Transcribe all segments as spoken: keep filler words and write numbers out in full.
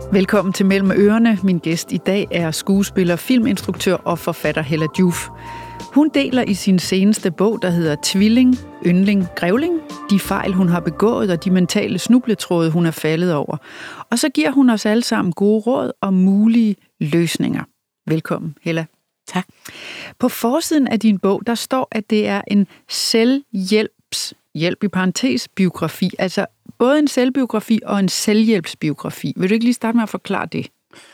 Velkommen til Mellem Ørerne. Min gæst i dag er skuespiller, filminstruktør og forfatter Hella Joof. Hun deler i sin seneste bog, der hedder Tvilling, Yndling, Grævling, de fejl, hun har begået og de mentale snubletråde, hun er faldet over. Og så giver hun os alle sammen gode råd og mulige løsninger. Velkommen, Hella. Tak. På forsiden af din bog, der står, at det er en selvhjælps, hjælp i parentes, biografi. Altså både en selvbiografi og en selvhjælpsbiografi. Vil du ikke lige starte med at forklare det?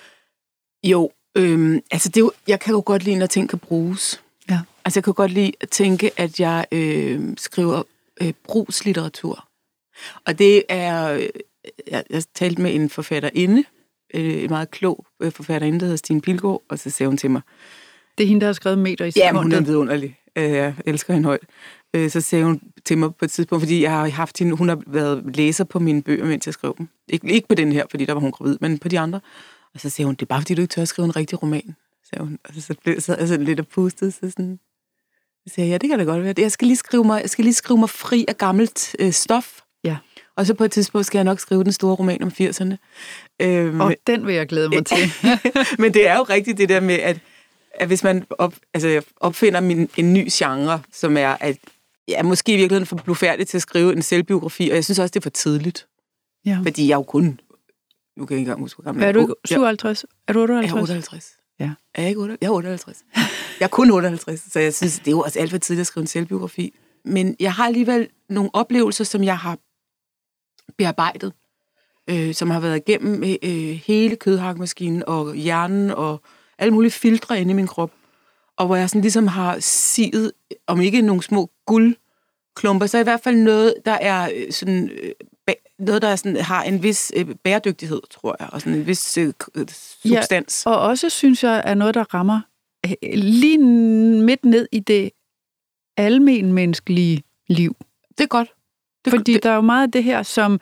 Jo, øhm, altså det er jo, jeg kan jo godt lide, når ting kan bruges. Ja. Altså jeg kan godt lide at tænke, at jeg øh, skriver øh, brugslitteratur. Og det er, øh, jeg, jeg talte med en forfatterinde, øh, en meget klog øh, forfatterinde, der hedder Stine Pilgaard, og så sagde hun til mig. Det er hende, der har skrevet Meter i sekundet. Ja, hun er vidunderlig. Jeg elsker hende højt. Så sagde hun til mig på et tidspunkt, fordi jeg har haft hende, hun har været læser på mine bøger, mens jeg skrev dem. Ik- ikke på den her, fordi der var hun gravid, men på de andre. Og så sagde hun, det er bare fordi, du ikke tør at skrive en rigtig roman, sagde hun. Og så blev jeg sådan lidt og pustet, så sådan. Så sagde jeg, ja, det kan da godt være. Jeg skal lige skrive mig, jeg skal lige skrive mig fri af gammelt øh, stof. Ja. Og så på et tidspunkt skal jeg nok skrive den store roman om firserne. Øhm, og den vil jeg glæde mig til. Men det er jo rigtigt det der med, at at hvis man op, altså opfinder min, en ny genre, som er, at jeg er måske i virkeligheden for blufærdig til at skrive en selvbiografi, og jeg synes også, det er for tidligt. Ja. Fordi jeg er jo kun... Nu kan jeg ikke engang huske, hvor gammel jeg er. Er du syvoghalvtreds? Er du otteoghalvtreds? Jeg er otteoghalvtreds. Ja. Er jeg ikke otteoghalvtreds? Jeg er otteoghalvtreds. Jeg er kun otteoghalvtreds, så jeg synes, det er jo også alt for tidligt at skrive en selvbiografi. Men jeg har alligevel nogle oplevelser, som jeg har bearbejdet, øh, som har været igennem øh, hele kødhakkemaskinen og hjernen og alle mulige filtre inde i min krop, og hvor jeg sådan ligesom har siet, om ikke nogle små guldklumper, så i hvert fald noget, der er sådan, noget, der er sådan, har en vis bæredygtighed, tror jeg, og sådan en vis substans. Ja, og også synes jeg, er noget, der rammer lige midt ned i det almenmenneskelige liv. Det er godt. Det, Fordi det, der er jo meget af det her, som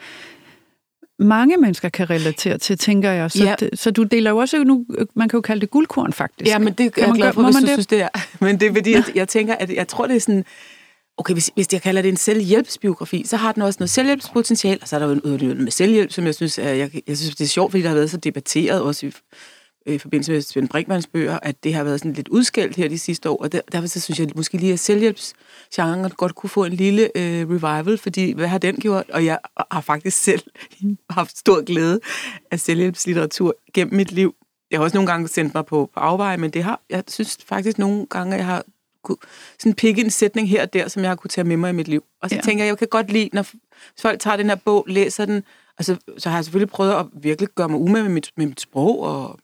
mange mennesker kan relatere til, tænker jeg. Så, ja. det, så du deler jo også, nu, man kan jo kalde det guldkorn, faktisk. Ja, men det er jeg glad for, hvis du det? synes, det er. Men det er fordi, jeg, jeg tænker, at jeg tror, det er sådan, okay, hvis, hvis jeg kalder det en selvhjælpsbiografi, så har den også noget selvhjælpspotentiale, og så er der jo noget med selvhjælp, som jeg synes, er, jeg, jeg synes, det er sjovt, fordi der har været så debatteret, også i, i forbindelse med Svend Brinkmanns bøger, at det har været sådan lidt udskældt her de sidste år, og der, derfor så synes jeg måske lige, at selvhjælpsgenren godt kunne få en lille øh, revival, fordi hvad har den gjort? Og jeg har faktisk selv haft stor glæde af selvhjælpslitteratur gennem mit liv. Jeg har også nogle gange sendt mig på, på afveje, men det har, jeg synes faktisk nogle gange, jeg har kunne sådan pikke en sætning her og der, som jeg har kunne tage med mig i mit liv. Og så ja. tænker jeg, jeg kan godt lide, når folk tager den her bog, læser den, og så, så har jeg selvfølgelig prøvet at virkelig gøre mig umage med mit, med mit sprog, og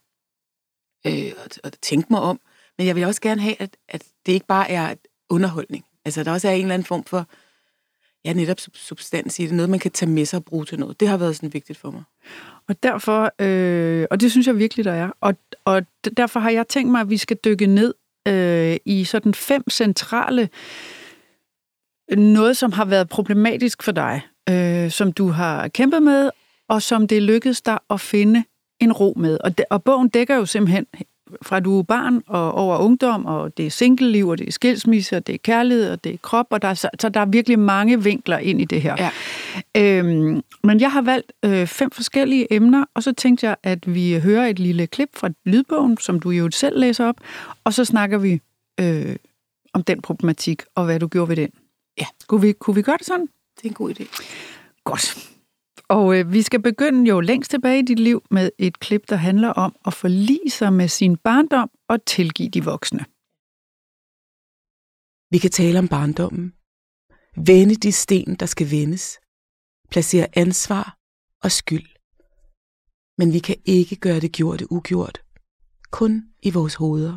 Øh, og, og tænke mig om. Men jeg vil også gerne have, at, at det ikke bare er underholdning. Altså, der også er en eller anden form for, ja, netop substans i det. Noget, man kan tage med sig og bruge til noget. Det har været sådan vigtigt for mig. Og derfor, øh, og det synes jeg virkelig, der er. Og, og derfor har jeg tænkt mig, at vi skal dykke ned øh, i sådan fem centrale noget, som har været problematisk for dig, øh, som du har kæmpet med, og som det lykkedes dig at finde en ro med. Og, de, og bogen dækker jo simpelthen fra du er barn og over ungdom, og det er singleliv, og det er skilsmisse, og det er kærlighed, og det er krop, og der er, så, så der er virkelig mange vinkler ind i det her. Ja. Øhm, men jeg har valgt øh, fem forskellige emner, og så tænkte jeg, at vi hører et lille klip fra lydbogen, som du jo selv læser op, og så snakker vi øh, om den problematik, og hvad du gjorde ved den. Ja. Kunne vi, kunne vi gøre det sådan? Det er en god idé. Godt. Og øh, vi skal begynde jo længst tilbage i dit liv med et klip, der handler om at forlige sig med sin barndom og tilgive de voksne. Vi kan tale om barndommen. Vende de sten, der skal vendes. Placere ansvar og skyld. Men vi kan ikke gøre det gjorte ugjort. Kun i vores hoveder.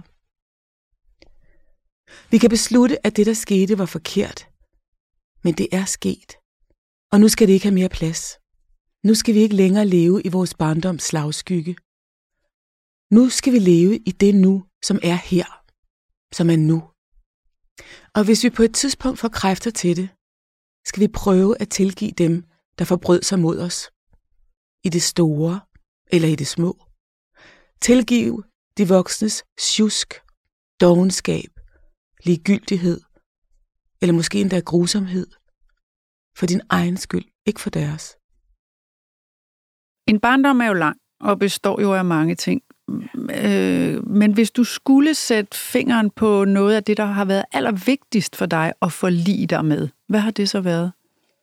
Vi kan beslutte, at det, der skete, var forkert. Men det er sket. Og nu skal det ikke have mere plads. Nu skal vi ikke længere leve i vores barndoms slagskygge. Nu skal vi leve i det nu, som er her. Som er nu. Og hvis vi på et tidspunkt får kræfter til det, skal vi prøve at tilgive dem, der forbrød sig mod os. I det store eller i det små. Tilgive de voksnes sjusk, dovenskab, ligegyldighed, eller måske endda grusomhed. For din egen skyld, ikke for deres. En barndom er jo lang, og består jo af mange ting. Øh, men hvis du skulle sætte fingeren på noget af det, der har været allervigtigst for dig at forlige dig med, hvad har det så været?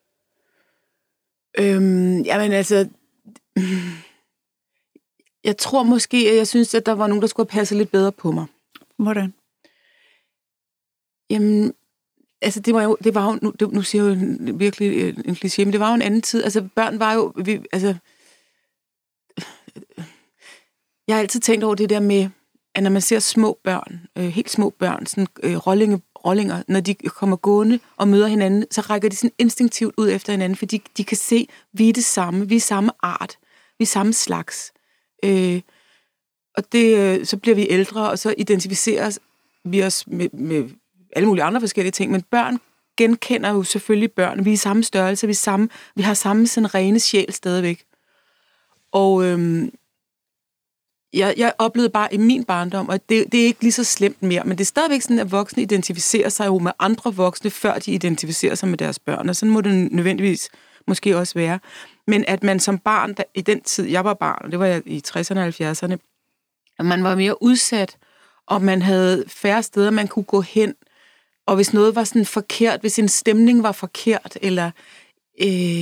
Øhm, jamen altså, jeg tror måske, at jeg synes, at der var nogen, der skulle passe lidt bedre på mig. Hvordan? Jamen, altså det var jo, det var jo nu, det, nu siger jeg jo virkelig en kliché, men det var jo en anden tid. Altså børn var jo, vi, altså, jeg har altid tænkt over det der med, at når man ser små børn, øh, helt små børn, sådan øh, rollinge, rollinger, når de kommer gående og møder hinanden, så rækker de sådan instinktivt ud efter hinanden, fordi de kan se, vi er det samme, vi er samme art, vi er samme slags. Øh, og det, øh, så bliver vi ældre, og så identificerer vi os med, med alle mulige andre forskellige ting, men børn genkender jo selvfølgelig børn. Vi er samme størrelse, vi, er samme, vi har samme sådan rene sjæl stadigvæk. Og øhm, jeg, jeg oplevede bare i min barndom, og det, det er ikke lige så slemt mere, men det er stadigvæk sådan, at voksne identificerer sig jo med andre voksne, før de identificerer sig med deres børn, og sådan må det nødvendigvis måske også være. Men at man som barn, der, i den tid, jeg var barn, og det var jeg i tresserne og halvfjerdserne, at man var mere udsat, og man havde færre steder, man kunne gå hen, og hvis noget var sådan forkert, hvis en stemning var forkert, eller øh,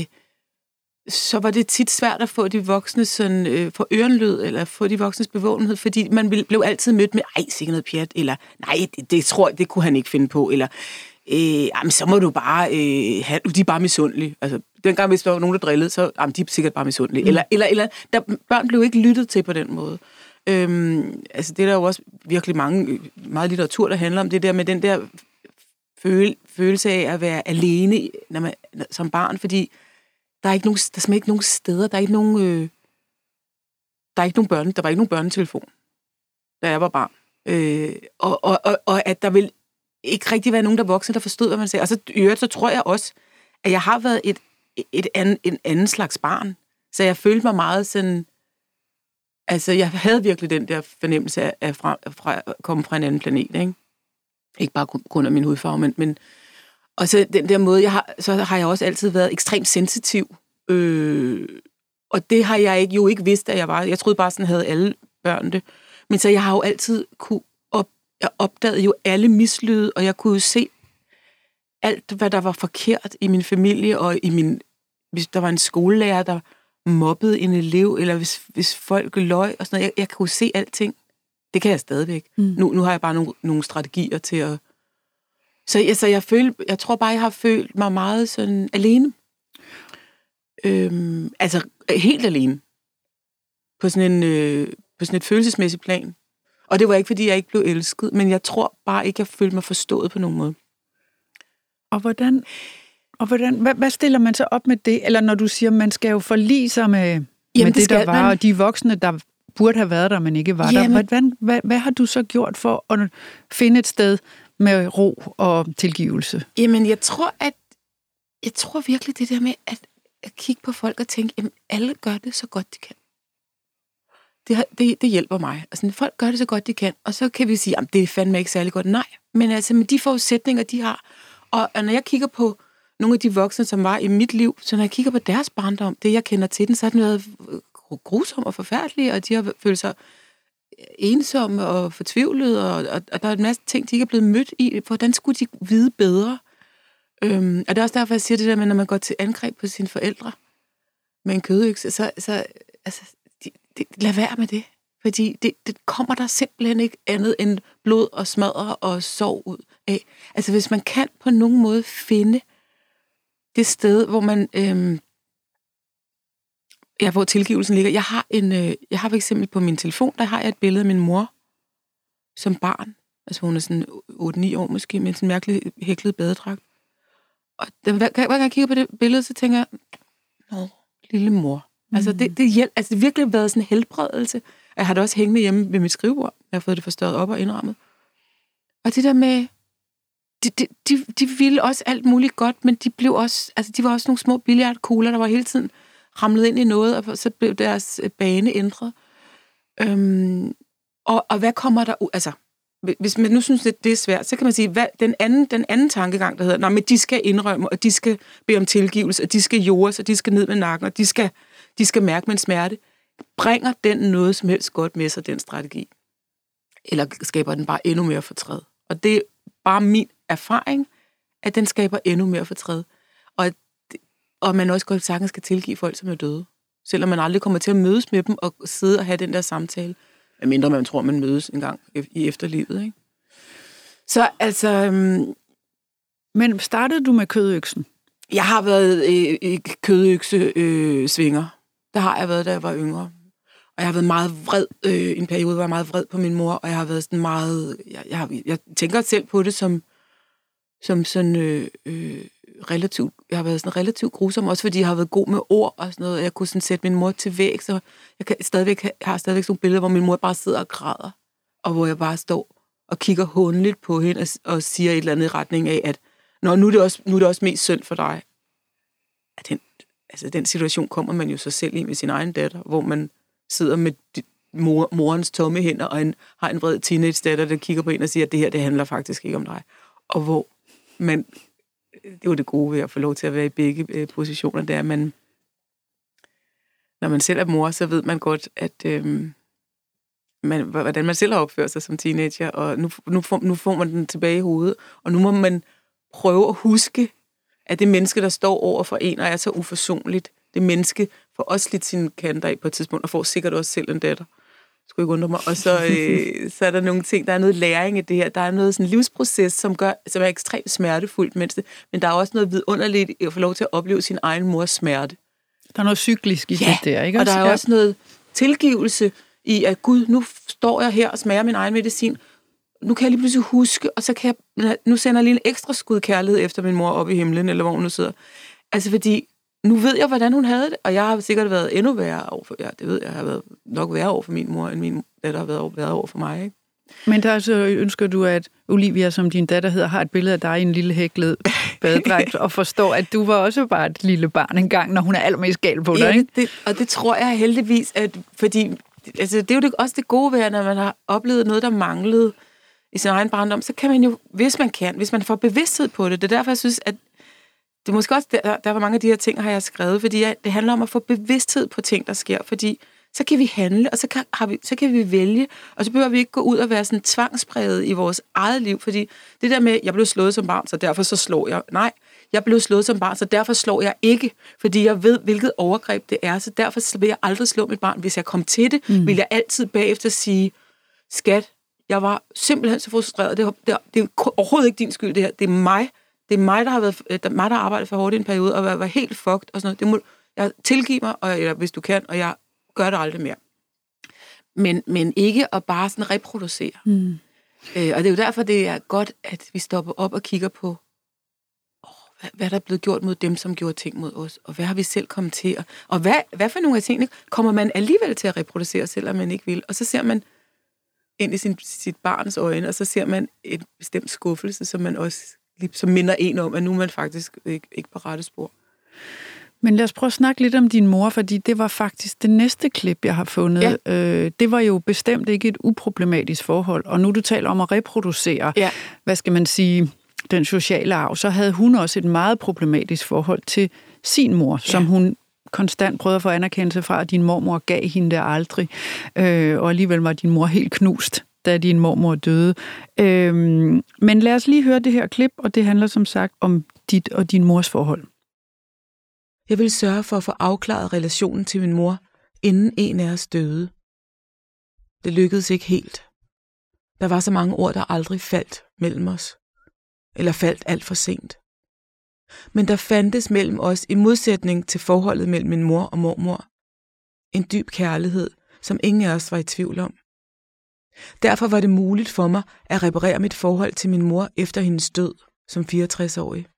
så var det tit svært at få de voksne sådan, øh, for ørenlyd, eller få de voksnes bevågenhed, fordi man blev altid mødt med, ej, sikkert noget pjat, eller nej, det, det tror jeg, det kunne han ikke finde på, eller øh, jamen, så må du bare, øh, have, de er bare misundelige. Altså, dengang, hvis der var nogen, der drillede, så jamen, de er sikkert bare misundelige. Mm. Eller, eller, eller der, børn blev ikke lyttet til på den måde. Øhm, altså, det er der jo også virkelig mange, meget litteratur, der handler om det der med den der føle, følelse af at være alene når man, som barn, fordi der er ikke nogen, der er simpelthen ikke nogen steder, der er ikke nogen, øh, der er ikke nogen børne, der var ikke nogen børnetelefon, da jeg var barn. Øh, og, og, og, og at der vil ikke rigtig være nogen, der voksne, der forstod, hvad man sagde. Og så, øvrigt, så tror jeg også, at jeg har været et, et anden, en anden slags barn. Så jeg følte mig meget sådan, altså jeg havde virkelig den der fornemmelse af, af fra, fra, at komme fra en anden planet, ikke? Ikke bare kun af min hudfarve, men, men og så den der måde, jeg har, så har jeg også altid været ekstremt sensitiv. Øh, og det har jeg ikke, jo ikke vidst, at jeg var. Jeg troede bare, sådan havde alle børn det. Men så jeg har jo altid kunne op, jeg opdagede jo alle mislyde, og jeg kunne jo se alt, hvad der var forkert i min familie, og i min, hvis der var en skolelærer, der mobbede en elev, eller hvis, hvis folk løg og sådan noget. Jeg, jeg kunne se alting. Det kan jeg stadigvæk. Mm. Nu, nu har jeg bare nogle, nogle strategier til at... Så, ja, så jeg, føl, jeg tror bare, jeg har følt mig meget sådan alene. Øhm, altså helt alene. På sådan, en, øh, på sådan et følelsesmæssigt plan. Og det var ikke, fordi jeg ikke blev elsket, men jeg tror bare ikke, jeg følte mig forstået på nogen måde. Og hvordan... Og hvordan, hvad, hvad stiller man så op med det? Eller når du siger, man skal jo forlige sig med, Jamen, med det, det der var, man... og de voksne, der burde have været der, men ikke var Jamen... der. Hvad, hvad, hvad har du så gjort for at finde et sted med ro og tilgivelse? Jamen, jeg tror, at jeg tror virkelig det der med at, at kigge på folk og tænke, jamen, alle gør det så godt, de kan. Det, det, det hjælper mig. Altså, folk gør det så godt, de kan, og så kan vi sige, jamen, det er fandme ikke særlig godt. Nej, men altså, med de forudsætninger, de har, og, og når jeg kigger på nogle af de voksne, som var i mit liv, så når jeg kigger på deres barndom, det jeg kender til den, så har den været grusom og forfærdelig, og de har følt sig ensomme og fortvivlede, og, og, og der er en masse ting, de ikke er blevet mødt i. Hvordan skulle de vide bedre? Øhm, og det er også derfor, jeg siger det der med, når man går til angreb på sine forældre med en kødøkse, så, så altså, de, de, lad være med det. Fordi det, det kommer der simpelthen ikke andet end blod og smadre og sorg ud af. Altså hvis man kan på nogen måde finde det sted, hvor man, øhm, ja, hvor tilgivelsen ligger. Jeg har en, øh, jeg har for eksempel på min telefon, der har jeg et billede af min mor som barn. Altså hun er sådan otte ni år måske, med sådan en mærkelig hæklet badedragt. Og hver, hver gang jeg kigger på det billede, så tænker jeg, nå, lille mor. Mm. Altså det, det hjælp, altså det virkelig været sådan en helbredelse. Jeg har det også hængende hjemme ved mit skrivebord. Jeg har fået det forstørret op og indrammet. Og det der med, De, de, de, de ville også alt muligt godt, men de blev også, altså de var også nogle små billiardkugler, der var hele tiden ramlet ind i noget, og så blev deres bane ændret. Øhm, og, og hvad kommer der ud? Altså, hvis man nu synes, at det er svært, så kan man sige, hvad, den, anden, den anden tankegang, der hedder, nej, men de skal indrømme, og de skal bede om tilgivelse, og de skal jordes, og de skal ned med nakken, og de skal, de skal mærke med en smerte. bringer den noget som helst godt med sig, den strategi? Eller skaber den bare endnu mere fortræd? Og det er bare min erfaring, at den skaber endnu mere fortræd. Og, at, og man også godt sagtens skal tilgive folk, som er døde. Selvom man aldrig kommer til at mødes med dem og sidde og have den der samtale. Medmindre man tror, man mødes en gang i efterlivet, ikke? Så altså... Øhm, Men startede du med kødøksen? Jeg har været øh, kødøkse-svinger. Øh, der har jeg været, da jeg var yngre. Og jeg har været meget vred. Øh, en periode var jeg meget vred på min mor, og jeg har været sådan meget... Jeg, jeg, jeg tænker selv på det som, som sådan øh, øh, relativt... Jeg har været sådan relativt grusom, også fordi jeg har været god med ord og sådan noget. Jeg kunne sådan sætte min mor til væg, så jeg, kan stadigvæk, jeg har stadigvæk sådan nogle billeder, hvor min mor bare sidder og græder, og hvor jeg bare står og kigger hånligt på hende og, og siger et eller andet i retning af, at Nå, nu er det også, nu er det også mest synd for dig. At den, altså, den situation kommer man jo så selv i med sin egen datter, hvor man sidder med mor, morens tomme hænder, og en, har en vred teenage-datter, der kigger på en og siger, at det her, det handler faktisk ikke om dig. Og hvor man, det er jo det gode ved at få lov til at være i begge øh, positioner, det er, at man, når man selv er mor, så ved man godt, at øh, man, hvordan man selv har opført sig som teenager, og nu, nu, får, nu får man den tilbage i hovedet, og nu må man prøve at huske, at det menneske, der står over for en, og er så uforsonligt, det menneske får også lidt sine kanter af på et tidspunkt, og får sikkert også selv en datter. Skulle ikke undre mig. Og så, øh, så er der nogle ting, der er noget læring i det her. Der er noget sådan livsproces, som, gør, som er ekstremt smertefuldt, mens det, men der er også noget vidunderligt at få lov til at opleve sin egen mors smerte. Der er noget cyklisk i ja, det der, ikke? Og der er ja. også noget tilgivelse i, at Gud, nu står jeg her og smager min egen medicin. Nu kan jeg lige pludselig huske, og så kan jeg, nu sender jeg lige en ekstra skud kærlighed efter min mor op i himlen, eller hvor hun nu sidder. Altså fordi, nu ved jeg, hvordan hun havde det, og jeg har sikkert været endnu værre over for, ja, det ved jeg, jeg har været nok værre over for min mor, end min datter har været værre over for mig, ikke? Men der så ønsker du, at Olivia, som din datter hedder, har et billede af dig i en lille hæklet badedragt, og forstår, at du var også bare et lille barn engang, når hun er allermest gal på dig, ja, ikke? Det, og det tror jeg heldigvis, at fordi, altså det er jo det, også det gode ved, når man har oplevet noget, der manglede i sin egen barndom, så kan man jo, hvis man kan, hvis man får bevidsthed på det, det er derfor, jeg synes, at det er måske også, der, der var mange af de her ting, har jeg skrevet, fordi jeg, det handler om at få bevidsthed på ting, der sker, fordi så kan vi handle, og så kan, har vi, så kan vi vælge, og så behøver vi ikke gå ud og være sådan tvangspræget i vores eget liv, fordi det der med, jeg blev slået som barn, så derfor så slår jeg. Nej, jeg blev slået som barn, så derfor slår jeg ikke, fordi jeg ved, hvilket overgreb det er, så derfor vil jeg aldrig slå mit barn. Hvis jeg kom til det, mm. vil jeg altid bagefter sige, skat, jeg var simpelthen så frustreret. Det er, det, er, det er overhovedet ikke din skyld, det her. Det er mig. Det er mig, der har været, der, mig, der har arbejdet for hårdt i en periode, og var, var helt fucked og sådan noget. Det må jeg tilgive mig, og, eller, hvis du kan, og jeg gør det aldrig mere. Men, men ikke at bare sådan reproducere. Mm. Øh, og det er jo derfor, det er godt, at vi stopper op og kigger på, åh, hvad, hvad der er blevet gjort mod dem, som gjorde ting mod os, og hvad har vi selv kommet til, og, og hvad, hvad for nogle af tingene kommer man alligevel til at reproducere, selvom man ikke vil. Og så ser man ind i sin, sit barns øjne, og så ser man en bestemt skuffelse, som man også som minder en om, at nu er man faktisk ikke, ikke på rette spor. Men lad os prøve at snakke lidt om din mor, fordi det var faktisk det næste klip, jeg har fundet. Ja. Øh, det var jo bestemt ikke et uproblematisk forhold, og nu du taler om at reproducere, ja. hvad skal man sige, den sociale arv, så havde hun også et meget problematisk forhold til sin mor, ja. som hun konstant prøvede at få anerkendelse fra, at din mormor gav hende det aldrig, øh, og alligevel var din mor helt knust, da din mormor døde. Øh, men lad os lige høre det her klip, og det handler som sagt om dit og din mors forhold. Jeg ville sørge for at få afklaret relationen til min mor, inden en af os døde. Det lykkedes ikke helt. Der var så mange ord, der aldrig faldt mellem os. Eller faldt alt for sent. Men der fandtes mellem os, i modsætning til forholdet mellem min mor og mormor, en dyb kærlighed, som ingen af os var i tvivl om. Derfor var det muligt for mig at reparere mit forhold til min mor efter hendes død som fireogtres-årig.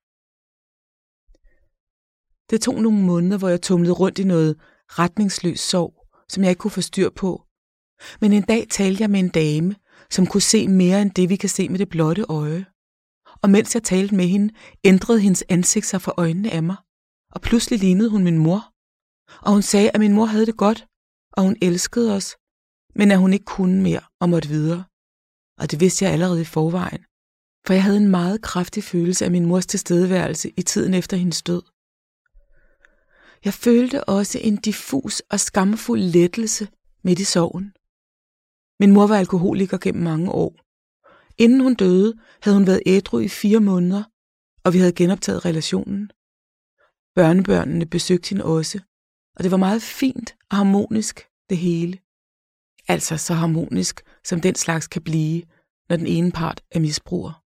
Det tog nogle måneder, hvor jeg tumlede rundt i noget retningsløs sorg, som jeg ikke kunne få styr på. Men en dag talte jeg med en dame, som kunne se mere end det, vi kan se med det blotte øje. Og mens jeg talte med hende, ændrede hendes ansigt sig for øjnene af mig, og pludselig lignede hun min mor. Og hun sagde, at min mor havde det godt, og hun elskede os, men at hun ikke kunne mere og måtte videre. Og det vidste jeg allerede i forvejen, for jeg havde en meget kraftig følelse af min mors tilstedeværelse i tiden efter hendes død. Jeg følte også en diffus og skamfuld lettelse midt i sorgen. Min mor var alkoholiker gennem mange år. Inden hun døde, havde hun været ædru i fire måneder, og vi havde genoptaget relationen. Børnebørnene besøgte hende også, og det var meget fint og harmonisk, det hele. Altså så harmonisk, som den slags kan blive, når den ene part er misbruger.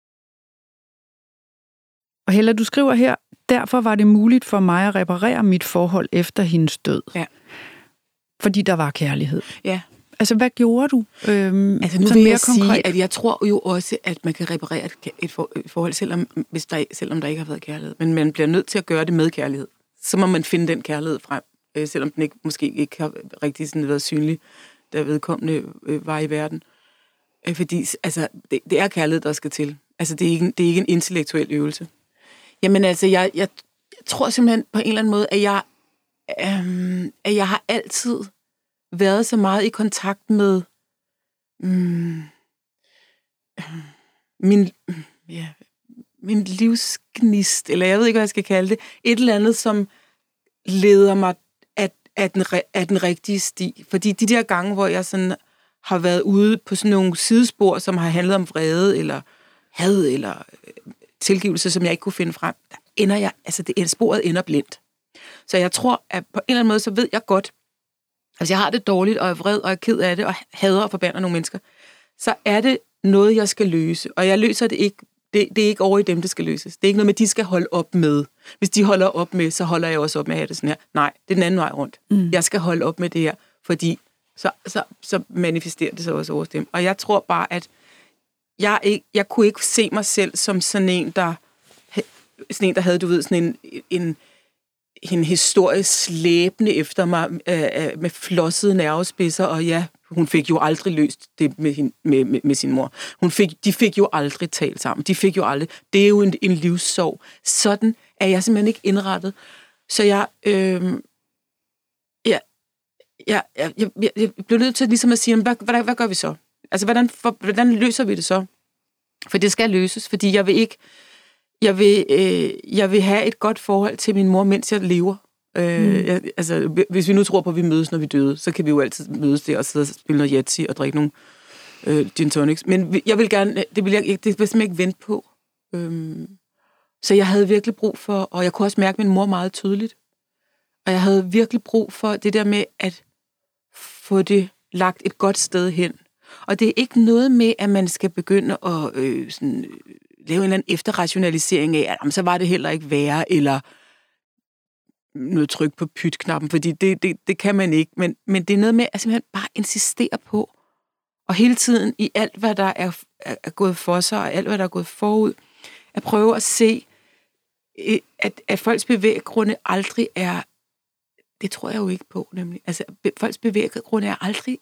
Og Hella, du skriver her, derfor var det muligt for mig at reparere mit forhold efter hendes død. Ja. Fordi der var kærlighed. Ja. Altså, hvad gjorde du? Øhm, altså, nu vil jeg konkret? sige, at jeg tror jo også, at man kan reparere et, et, for, et forhold, selvom, hvis der, selvom der ikke har været kærlighed. Men man bliver nødt til at gøre det med kærlighed. Så må man finde den kærlighed frem, øh, selvom den ikke, måske ikke har rigtig sådan været synlig, da vedkommende øh, var i verden. Øh, fordi altså, det, det er kærlighed, der skal til. Altså, det er ikke, det er ikke en intellektuel øvelse. Jamen altså, jeg, jeg, jeg tror simpelthen på en eller anden måde, at jeg, øh, at jeg har altid været så meget i kontakt med mm, min, ja, min livsgnist, eller jeg ved ikke, hvad jeg skal kalde det, et eller andet, som leder mig af, af, den, af den rigtige sti. Fordi de der gange, hvor jeg sådan har været ude på sådan nogle sidespor, som har handlet om vrede, eller had, eller tilgivelse, som jeg ikke kunne finde frem, der ender jeg, altså det sporet ender blindt. Så jeg tror, at på en eller anden måde, så ved jeg godt, altså jeg har det dårligt, og er vred, og er ked af det, og hader og forbander nogle mennesker, så er det noget, jeg skal løse. Og jeg løser det ikke, det, det er ikke over i dem, det skal løses. Det er ikke noget med, de skal holde op med. Hvis de holder op med, så holder jeg også op med at have det sådan her. Nej, det er den anden vej rundt. Mm. Jeg skal holde op med det her, fordi så, så, så manifesterer det sig også over dem. Og jeg tror bare, at jeg, ikke, jeg kunne ikke se mig selv som sådan en, der, sådan en, der havde, du ved, sådan en, en en historie slæbende efter mig øh, med flossede nervespidser, og ja, hun fik jo aldrig løst det med, hende, med, med, med sin mor. Hun fik, de fik jo aldrig talt sammen. De fik jo aldrig. Det er jo en, en livssorg. Sådan er jeg simpelthen ikke indrettet. Så jeg, øh, ja, jeg, jeg, jeg, jeg blev nødt til ligesom at sige, hvad, hvad, hvad gør vi så? Altså, hvordan, for, hvordan løser vi det så? For det skal løses, fordi jeg vil ikke Jeg vil, øh, jeg vil have et godt forhold til min mor, mens jeg lever. Øh, mm. jeg, altså, hvis vi nu tror på, at vi mødes, når vi døde, så kan vi jo altid mødes der og sidde og spille noget Yatzy og drikke nogle øh, gin tonics. Men jeg vil gerne, det vil jeg, det vil jeg simpelthen ikke vente på. Øhm, så jeg havde virkelig brug for, og jeg kunne også mærke min mor meget tydeligt, og jeg havde virkelig brug for det der med at få det lagt et godt sted hen. Og det er ikke noget med, at man skal begynde at øh, sådan, lave en eller anden efterrationalisering af, at jamen, så var det heller ikke værre, eller noget tryk på pytknappen, fordi det, det, det kan man ikke. Men, men det er noget med at simpelthen bare insistere på, og hele tiden i alt, hvad der er, er, er gået for sig, og alt, hvad der er gået forud, at prøve at se, at, at folks bevæggrunde aldrig er, det tror jeg jo ikke på, nemlig, altså folks bevæggrunde er aldrig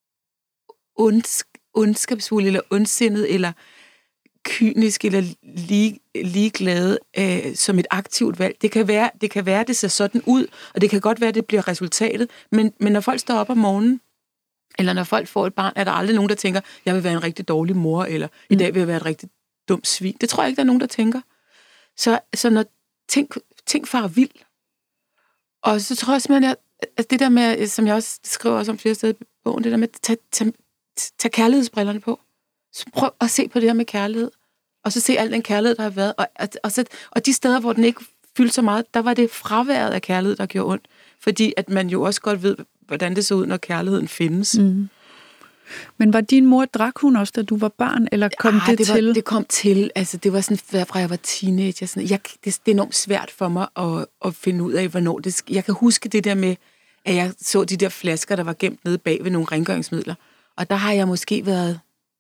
ondsk, ondskabsfuld, eller ondsindet, eller kynisk, eller lige, ligeglade øh, som et aktivt valg. Det kan være, det kan være, det ser sådan ud, og det kan godt være, det bliver resultatet, men, men når folk står op om morgenen, eller når folk får et barn, er der aldrig nogen, der tænker, jeg vil være en rigtig dårlig mor, eller mm. i dag vil jeg være et rigtig dumt svin. Det tror jeg ikke, der er nogen, der tænker. Så, så når ting, ting farer vild, og så tror jeg simpelthen, at det der med, som jeg også skriver også om flere steder i bogen, det der med at tage, tage, tage kærlighedsbrillerne på. Så prøv at se på det her med kærlighed, og så se al den kærlighed, der har været. Og, og, og, så, og de steder, hvor den ikke fyldte så meget, der var det fraværet af kærlighed, der gjorde ondt. Fordi at man jo også godt ved, hvordan det så ud, når kærligheden findes. Mm. Men var din mor, drak hun også, da du var barn, eller kom ja, det, det var, til? Det kom til. Altså, det var sådan, fra jeg var teenager. Sådan, jeg, det, det er enormt svært for mig at, at finde ud af, hvornår det... Jeg kan huske det der med, at jeg så de der flasker, der var gemt nede bag ved nogle rengøringsmidler. Og der har jeg måske været...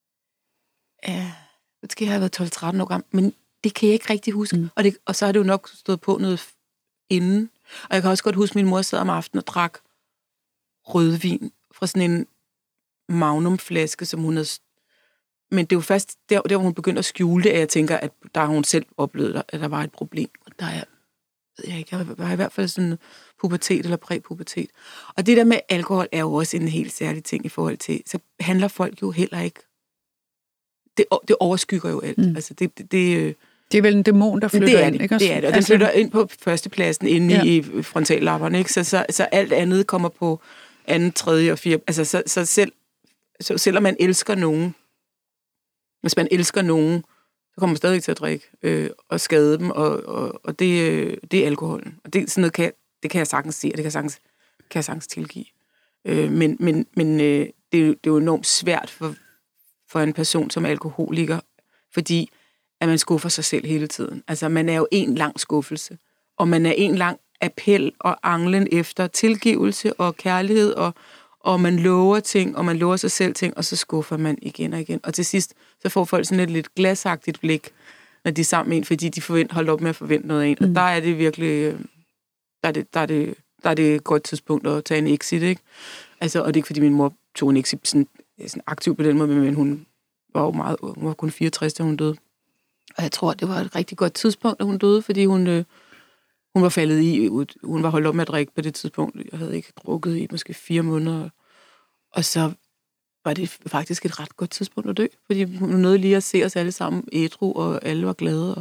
Øh, måske har jeg været tolv tretten år gammel, men det kan jeg ikke rigtig huske. Mm. Og, det, og så har det jo nok stået på noget inden. Og jeg kan også godt huske, at min mor sad om aftenen og drak rødvin fra sådan en magnumflaske, som hun havde... Men det er jo først der, der hvor hun begyndte at skjule det, at jeg tænker, at der har hun selv oplevet, at der var et problem. Og der er, ved jeg ikke, jeg var i hvert fald sådan pubertet eller præpubertet. Og det der med alkohol er jo også en helt særlig ting i forhold til, så handler folk jo heller ikke... Det, det overskygger jo alt. Mm. Altså det, det, det, Det er vel en dæmon, der flytter det er ind, det, ikke også? Det er det, og den altså, flytter ind på førstepladsen inde ja. i frontallapperne, ikke? Så, så, så alt andet kommer på anden, tredje og fjerde. Altså, så, så, selv, så selvom man elsker nogen, hvis man elsker nogen, så kommer man stadig til at drikke øh, og skade dem, og, og, og det, øh, det er alkoholen. Og det, sådan noget kan, det kan jeg sagtens se, og det kan jeg sagtens, kan jeg sagtens tilgive. Øh, men men, men øh, det, er jo, det er jo enormt svært for, for en person som alkoholiker, fordi at man skuffer sig selv hele tiden. Altså, man er jo en lang skuffelse, og man er en lang appel og anglen efter tilgivelse og kærlighed, og, og man lover ting, og man lover sig selv ting, og så skuffer man igen og igen. Og til sidst, så får folk sådan et lidt glasagtigt blik, når de er sammen med en, fordi de forventer, holder op med at forvente noget af en. Mm. Og der er det virkelig, der er det, der er det, der er det et godt tidspunkt at tage en exit, ikke? Altså, og det er ikke, fordi min mor tog en exit sådan, sådan aktiv på den måde, men hun var jo meget, hun var kun fireogtres, da hun døde. Og jeg tror, det var et rigtig godt tidspunkt, da hun døde, fordi hun, øh, hun var faldet i, hun var holdt op med at drikke på det tidspunkt. Jeg havde ikke drukket i måske fire måneder. Og så var det faktisk et ret godt tidspunkt at dø, fordi hun nåede lige at se os alle sammen ædru, og alle var glade. Og,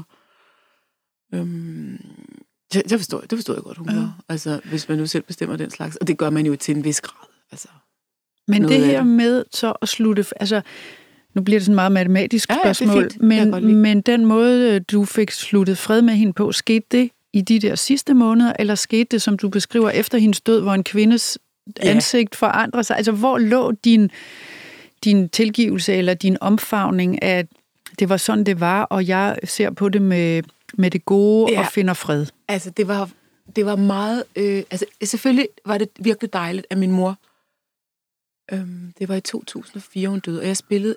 øhm, det, det, forstår, det forstår jeg godt, hun ja. var. Altså, hvis man nu selv bestemmer den slags. Og det gør man jo til en vis grad. Altså, Men det her det. med så at slutte... Altså, nu bliver det sådan meget matematisk ja, spørgsmål, men, men den måde, du fik sluttet fred med hende på, skete det i de der sidste måneder, eller skete det, som du beskriver, efter hendes død, hvor en kvindes ja. ansigt forandrer sig? Altså, hvor lå din, din tilgivelse eller din omfavning af, det var sådan, det var, og jeg ser på det med, med det gode ja. og finder fred? Altså, det var, det var meget... Øh, altså, selvfølgelig var det virkelig dejligt, at min mor... Øh, det var i to tusind og fire, hun døde, og jeg spillede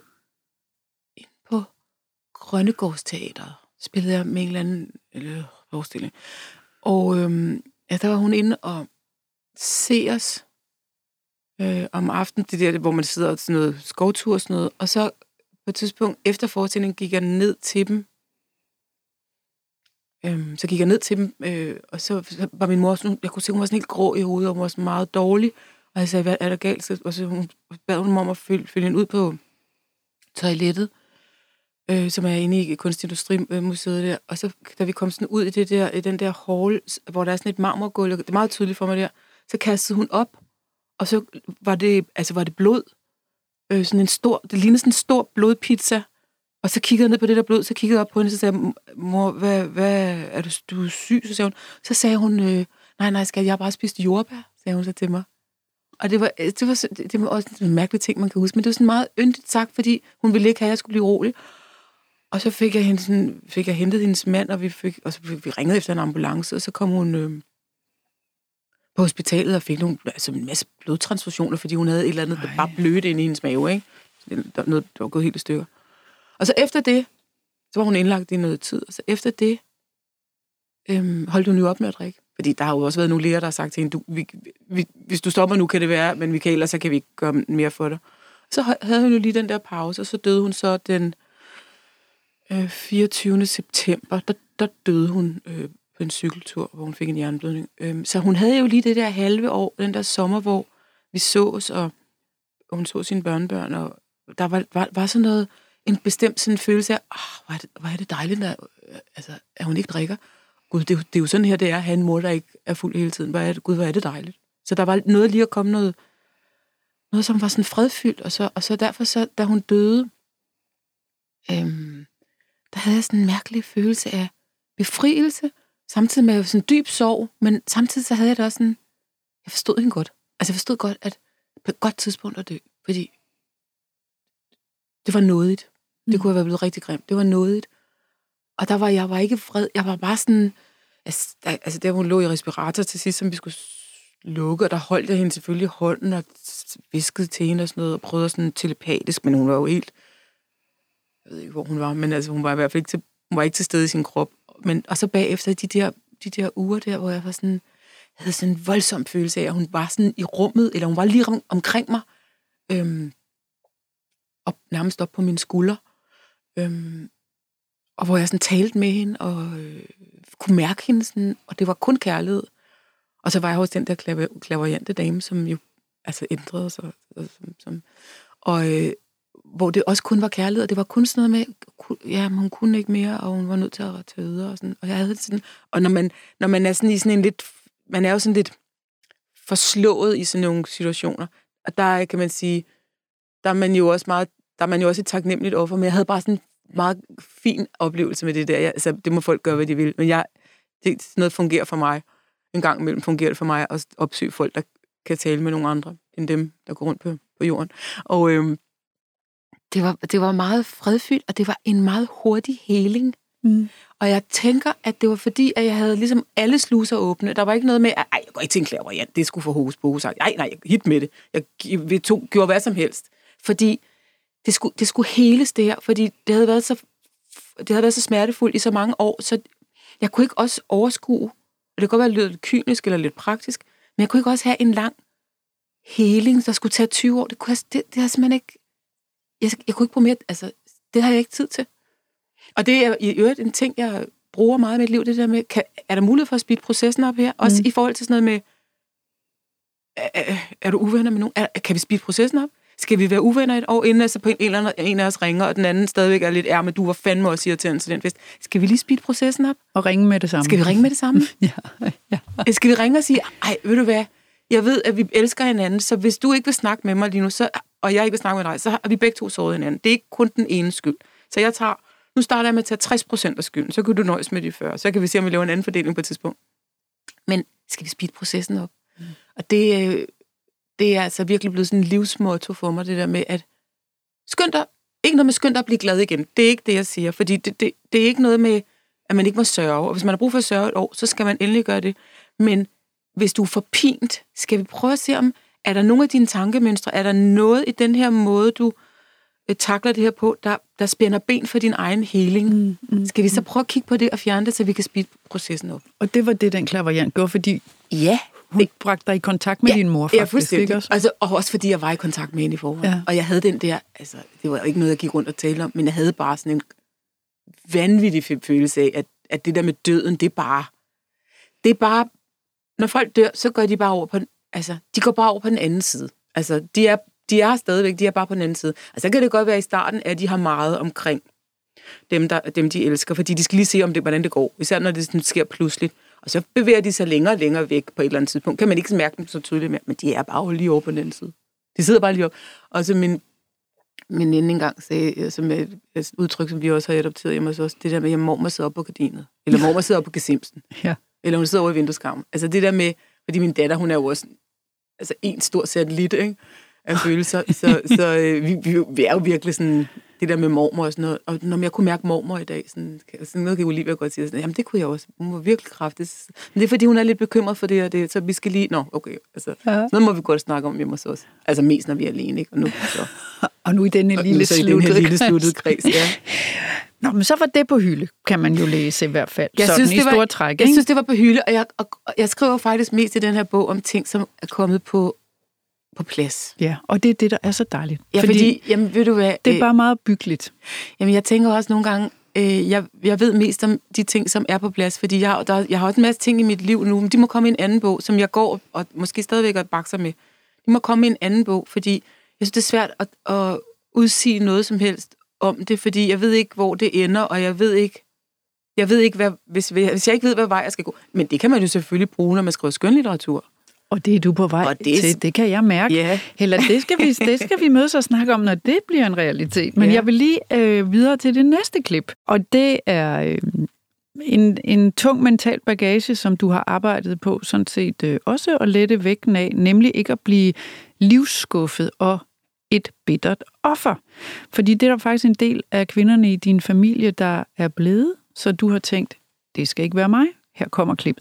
på Grønnegårdsteateret. Spillede jeg med en eller anden eller, forestilling. Og øhm, ja, der var hun inde og se os øh, om aftenen, det der, hvor man sidder og sådan noget skovtur og sådan noget. Og så på et tidspunkt efter forestillingen gik jeg ned til dem. Øhm, så gik jeg ned til dem, øh, og så, så var min mor sådan, jeg kunne se, hun var sådan helt grå i hovedet, og hun var sådan meget dårlig. Og jeg sagde, hvad er der galt? Og så hun, bad hun mig om at følge, følge hende ud på toilettet, øh, som er inde i Kunstindustrimuseet der. Og så, da vi kom sådan ud i, det der, i den der hall, hvor der er sådan et marmorgulv, det er meget tydeligt for mig der, så kastede hun op, og så var det, altså var det blod. Øh, sådan en stor, det lignede sådan en stor blodpizza. Og så kiggede jeg ned på det der blod, så kiggede jeg op på hende, og så sagde jeg, mor, hvad, hvad er du, du er syg? Så sagde hun, så sagde hun øh, nej, nej, skal jeg har bare spist jordbær, sagde hun så til mig. Og det var, det var, det var også en mærkelig ting, man kan huske, men det var sådan meget yndigt sagt, fordi hun ville ikke have, at jeg skulle blive rolig. Og så fik jeg, hende sådan, fik jeg hentet hendes mand, og vi, fik, og så fik, vi ringede efter en ambulance, og så kom hun øh, på hospitalet og fik nogle, altså en masse blodtransfusioner, fordi hun havde et eller andet, der bare blødte ind i hendes mave, ikke? Der, der, noget, der var gået helt i stykker. Og så efter det, så var hun indlagt i noget tid, og så efter det øh, holdt hun jo op med at drikke. Fordi der har jo også været nogle læger, der har sagt til hende, du, vi, vi, hvis du stopper nu, kan det være, men vi kan ellers, så kan vi ikke gøre mere for dig. Så havde hun jo lige den der pause, og så døde hun så den øh, fireogtyvende september. Der, der døde hun øh, på en cykeltur, hvor hun fik en hjerneblødning. Øh, så hun havde jo lige det der halve år, den der sommer, hvor vi sås, og, og hun så sine børnebørn, og der var, var, var sådan noget, en bestemt sådan følelse af, oh, hvor, er det, hvor er det dejligt, at, altså, at hun ikke drikker. Gud, det er, jo, det er jo sådan her, det er at have en mor, der ikke er fuld hele tiden. Hvor er det, Gud, hvor er det dejligt. Så der var noget lige at komme noget, noget som var sådan fredfyldt, og så, og så derfor, så, da hun døde, øhm, der havde jeg sådan en mærkelig følelse af befrielse, samtidig med sådan dyb sorg, men samtidig så havde jeg det også sådan, jeg forstod hende godt. Altså jeg forstod godt, at på et godt tidspunkt at dø, fordi det var nådigt. Det kunne have været blevet rigtig grimt. Det var nådigt. Og der var jeg var ikke vred. Jeg var bare sådan... Altså, der, altså der, hvor hun lå i respirator til sidst, som vi skulle lukke, og der holdt jeg hende selvfølgelig i hånden og viskede til hende og sådan noget, og prøvede sådan telepatisk, men hun var jo helt... Jeg ved ikke, hvor hun var, men altså, hun var i hvert fald ikke til, hun var ikke til stede i sin krop. Men, og så bagefter de der, de der uger der, hvor jeg var sådan... Jeg havde sådan en voldsom følelse af, at hun var sådan i rummet, eller hun var lige om, omkring mig, øhm, og nærmest op på mine skuldre. Øhm, og hvor jeg sådan talte med hende, og øh, kunne mærke hende sådan, og det var kun kærlighed. Og så var jeg hos den der klaver, klaverjante dame, som jo altså ændrede sig. Og, som, som, og øh, hvor det også kun var kærlighed, og det var kun sådan noget med, ja, hun kunne ikke mere, og hun var nødt til at tage videre, og sådan, og jeg havde sådan, og når man, når man er sådan i sådan en lidt, man er jo sådan lidt forslået i sådan nogle situationer, og der kan man sige, der er man jo også meget, der er man jo også et taknemmeligt offer, men jeg havde bare sådan en meget fin oplevelse med det der, jeg, altså, det må folk gøre, hvad de vil, men jeg, det, sådan noget fungerer for mig, en gang imellem fungerer det for mig, at opsøge folk, der kan tale med nogle andre, end dem, der går rundt på, på jorden, og øhm, Det var, det var meget fredfyldt, og det var en meget hurtig heling. Mm. Og jeg tænker, at det var fordi, at jeg havde ligesom alle sluser åbne. Der var ikke noget med, at jeg går ikke til en klaverjant, det skulle få hokus pokus. Nej, nej, hit med det. Jeg, vi tog, gjorde hvad som helst. Fordi det skulle, det skulle heles det her, fordi det havde været så, det havde været så smertefuldt i så mange år, så jeg kunne ikke også overskue, og det kunne godt være lidt kynisk eller lidt praktisk, men jeg kunne ikke også have en lang heling, der skulle tage tyve år. Det, kunne jeg, det, det har simpelthen ikke... Jeg, jeg kunne ikke bruge mere, altså, det har jeg ikke tid til. Og det er i øvrigt en ting, jeg bruger meget i mit liv, det der med, kan, er der mulighed for at speede processen op her? Også mm. i forhold til sådan noget med, er, er du uvenner med nogen? Er, kan vi speede processen op? Skal vi være uvenner et år, inden altså på en, en eller anden en af os ringer, og den anden stadigvæk er lidt ær, men du var fandme også irriterende til den fest. Skal vi lige speede processen op? Og ringe med det samme. Skal vi ringe med det samme? ja, ja. Skal vi ringe og sige, ej, ved du hvad, jeg ved, at vi elsker hinanden, så hvis du ikke vil snakke med mig lige nu, så, og jeg ikke vil snakke med dig, så har vi begge to såret hinanden. Det er ikke kun den ene skyld. Så jeg tager, nu starter jeg med at tage tres procent af skylden, så kan du nøjes med de fyrre. Så kan vi se, om vi laver en anden fordeling på et tidspunkt. Men skal vi speede processen op? Mm. Og det, det er altså virkelig blevet sådan en livsmotto for mig, det der med, at skynd dig, ikke noget med skynd dig at blive glad igen. Det er ikke det, jeg siger, fordi det, det, det er ikke noget med, at man ikke må sørge. Og hvis man har brug for at sørge et år, så skal man endelig gøre det. Men hvis du er forpint, skal vi prøve at se, om er der nogle af dine tankemønstre, er der noget i den her måde, du øh, takler det her på, der, der spænder ben for din egen heling? Mm, mm, skal vi så prøve at kigge på det og fjerne det, så vi kan speede processen op? Og det var det, den klaverjant gjorde, fordi ja, hun det, bragte dig i kontakt med ja, din mor, faktisk. Ja, fuldstændig. Også? Altså, og også fordi jeg var i kontakt med hende i forvejen. Ja. Og jeg havde den der, altså, det var jo ikke noget, jeg gik rundt og talte om, men jeg havde bare sådan en vanvittig følelse af, at, at det der med døden, det er bare, det er bare, når folk dør, så går de bare over på, altså, de går bare over på den anden side. Altså, de er, de er stadigvæk, de er bare på den anden side. Altså, så kan det godt være i starten, at de har meget omkring dem, der, dem de elsker, fordi de skal lige se, om det, hvordan det går. Især når det sådan sker pludseligt. Og så bevæger de sig længere og længere væk på et eller andet tidspunkt. Kan man ikke mærke dem så tydeligt mere, men de er bare lige over på den anden side. De sidder bare lige op. Og så min, min ene engang sagde, som et, et udtryk, som vi også har adopteret hjemme hos os, det der med, at mormor sidder op på gardinet. Eller mormor sidder op på gesimsen. Ja. Eller hun sidder over i vindueskarmen. Altså det der med, fordi min datter, hun er jo også altså en stor satellit, ikke? Af følelser. Så, så øh, vi, vi, vi er jo virkelig sådan, det der med mormor og sådan noget. Og når jeg kunne mærke mormor i dag, sådan, sådan noget kan Olivia godt sige, sådan, jamen det kunne jeg også. Hun var virkelig kraftig. Men det er fordi, hun er lidt bekymret for det og det, så vi skal lige, nå, okay. Altså, ja. Sådan noget må vi godt snakke om hjemme hos os. Altså mest, når vi er alene, ikke? Og nu, så, og nu i denne lille sluttede kreds. sluttede kreds, ja. Nå, men så var det på hylde, kan man jo læse i hvert fald. Jeg sådan synes, i det var, store træk, ikke? Jeg synes, det var på hylde, og jeg, og, og jeg skriver faktisk mest i den her bog om ting, som er kommet på på plads. Ja, og det er det, der er så dejligt. Ja, fordi, fordi jamen, ved du hvad, det er bare meget byggeligt. Jamen, jeg tænker også nogle gange, øh, jeg, jeg ved mest om de ting, som er på plads, fordi jeg, der, jeg har også en masse ting i mit liv nu, men de må komme i en anden bog, som jeg går og måske stadigvæk og bakser med. De må komme i en anden bog, fordi jeg synes, det er svært at, at udsige noget som helst om det, fordi jeg ved ikke, hvor det ender, og jeg ved ikke, jeg ved ikke, hvad, hvis, hvis jeg ikke ved, hvad vej jeg skal gå. Men det kan man jo selvfølgelig bruge, når man skriver skønlitteratur. Og det er du på vej det, til, det kan jeg mærke. Yeah. Heller det skal, vi, det skal vi mødes og snakke om, når det bliver en realitet. Men yeah. jeg vil lige øh, videre til det næste klip. Og det er øh, en, en tung mental bagage, som du har arbejdet på, sådan set øh, også at lette vægten af, nemlig ikke at blive livsskuffet og et bittert offer. Fordi det er der faktisk en del af kvinderne i din familie, der er blevet, så du har tænkt, det skal ikke være mig. Her kommer klippet.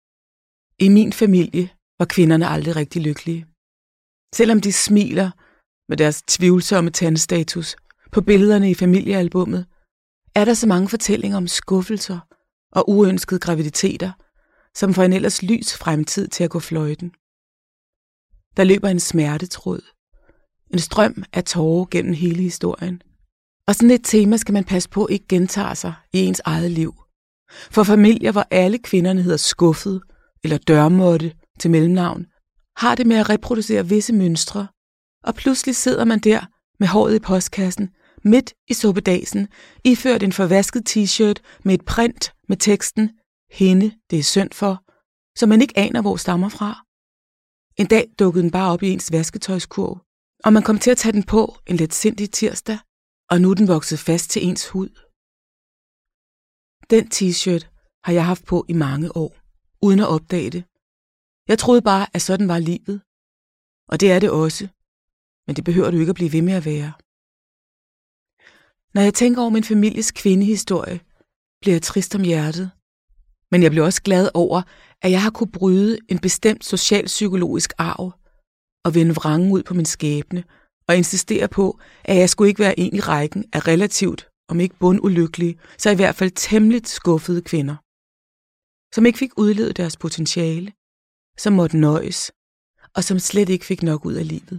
I min familie var kvinderne aldrig rigtig lykkelige. Selvom de smiler med deres tvivlsomme tandstatus på billederne i familiealbummet, er der så mange fortællinger om skuffelser og uønskede graviditeter, som får en ellers lys fremtid til at gå fløjten. Der løber en smertetråd, en strøm af tårer gennem hele historien. Og sådan et tema skal man passe på ikke gentager sig i ens eget liv. For familier, hvor alle kvinderne hedder Skuffet eller Dørmåtte til mellemnavn, har det med at reproducere visse mønstre, og pludselig sidder man der med håret i postkassen, midt i suppedasen, iført en forvasket t-shirt med et print med teksten "Hende, det er synd for", som man ikke aner, hvor stammer fra. En dag dukkede den bare op i ens vasketøjskurv, og man kom til at tage den på en letsindig tirsdag, og nu er den vokset fast til ens hud. Den t-shirt har jeg haft på i mange år, uden at opdage det. Jeg troede bare, at sådan var livet. Og det er det også. Men det behøver du ikke at blive ved med at være. Når jeg tænker over min families kvindehistorie, bliver jeg trist om hjertet. Men jeg bliver også glad over, at jeg har kunne bryde en bestemt socialpsykologisk arv og vende vrangen ud på min skæbne og insistere på, at jeg skulle ikke være en i rækken af relativt, om ikke bundulykkelige, så i hvert fald temmelig skuffede kvinder, som ikke fik udlevet deres potentiale, som måtte nøjes, og som slet ikke fik nok ud af livet.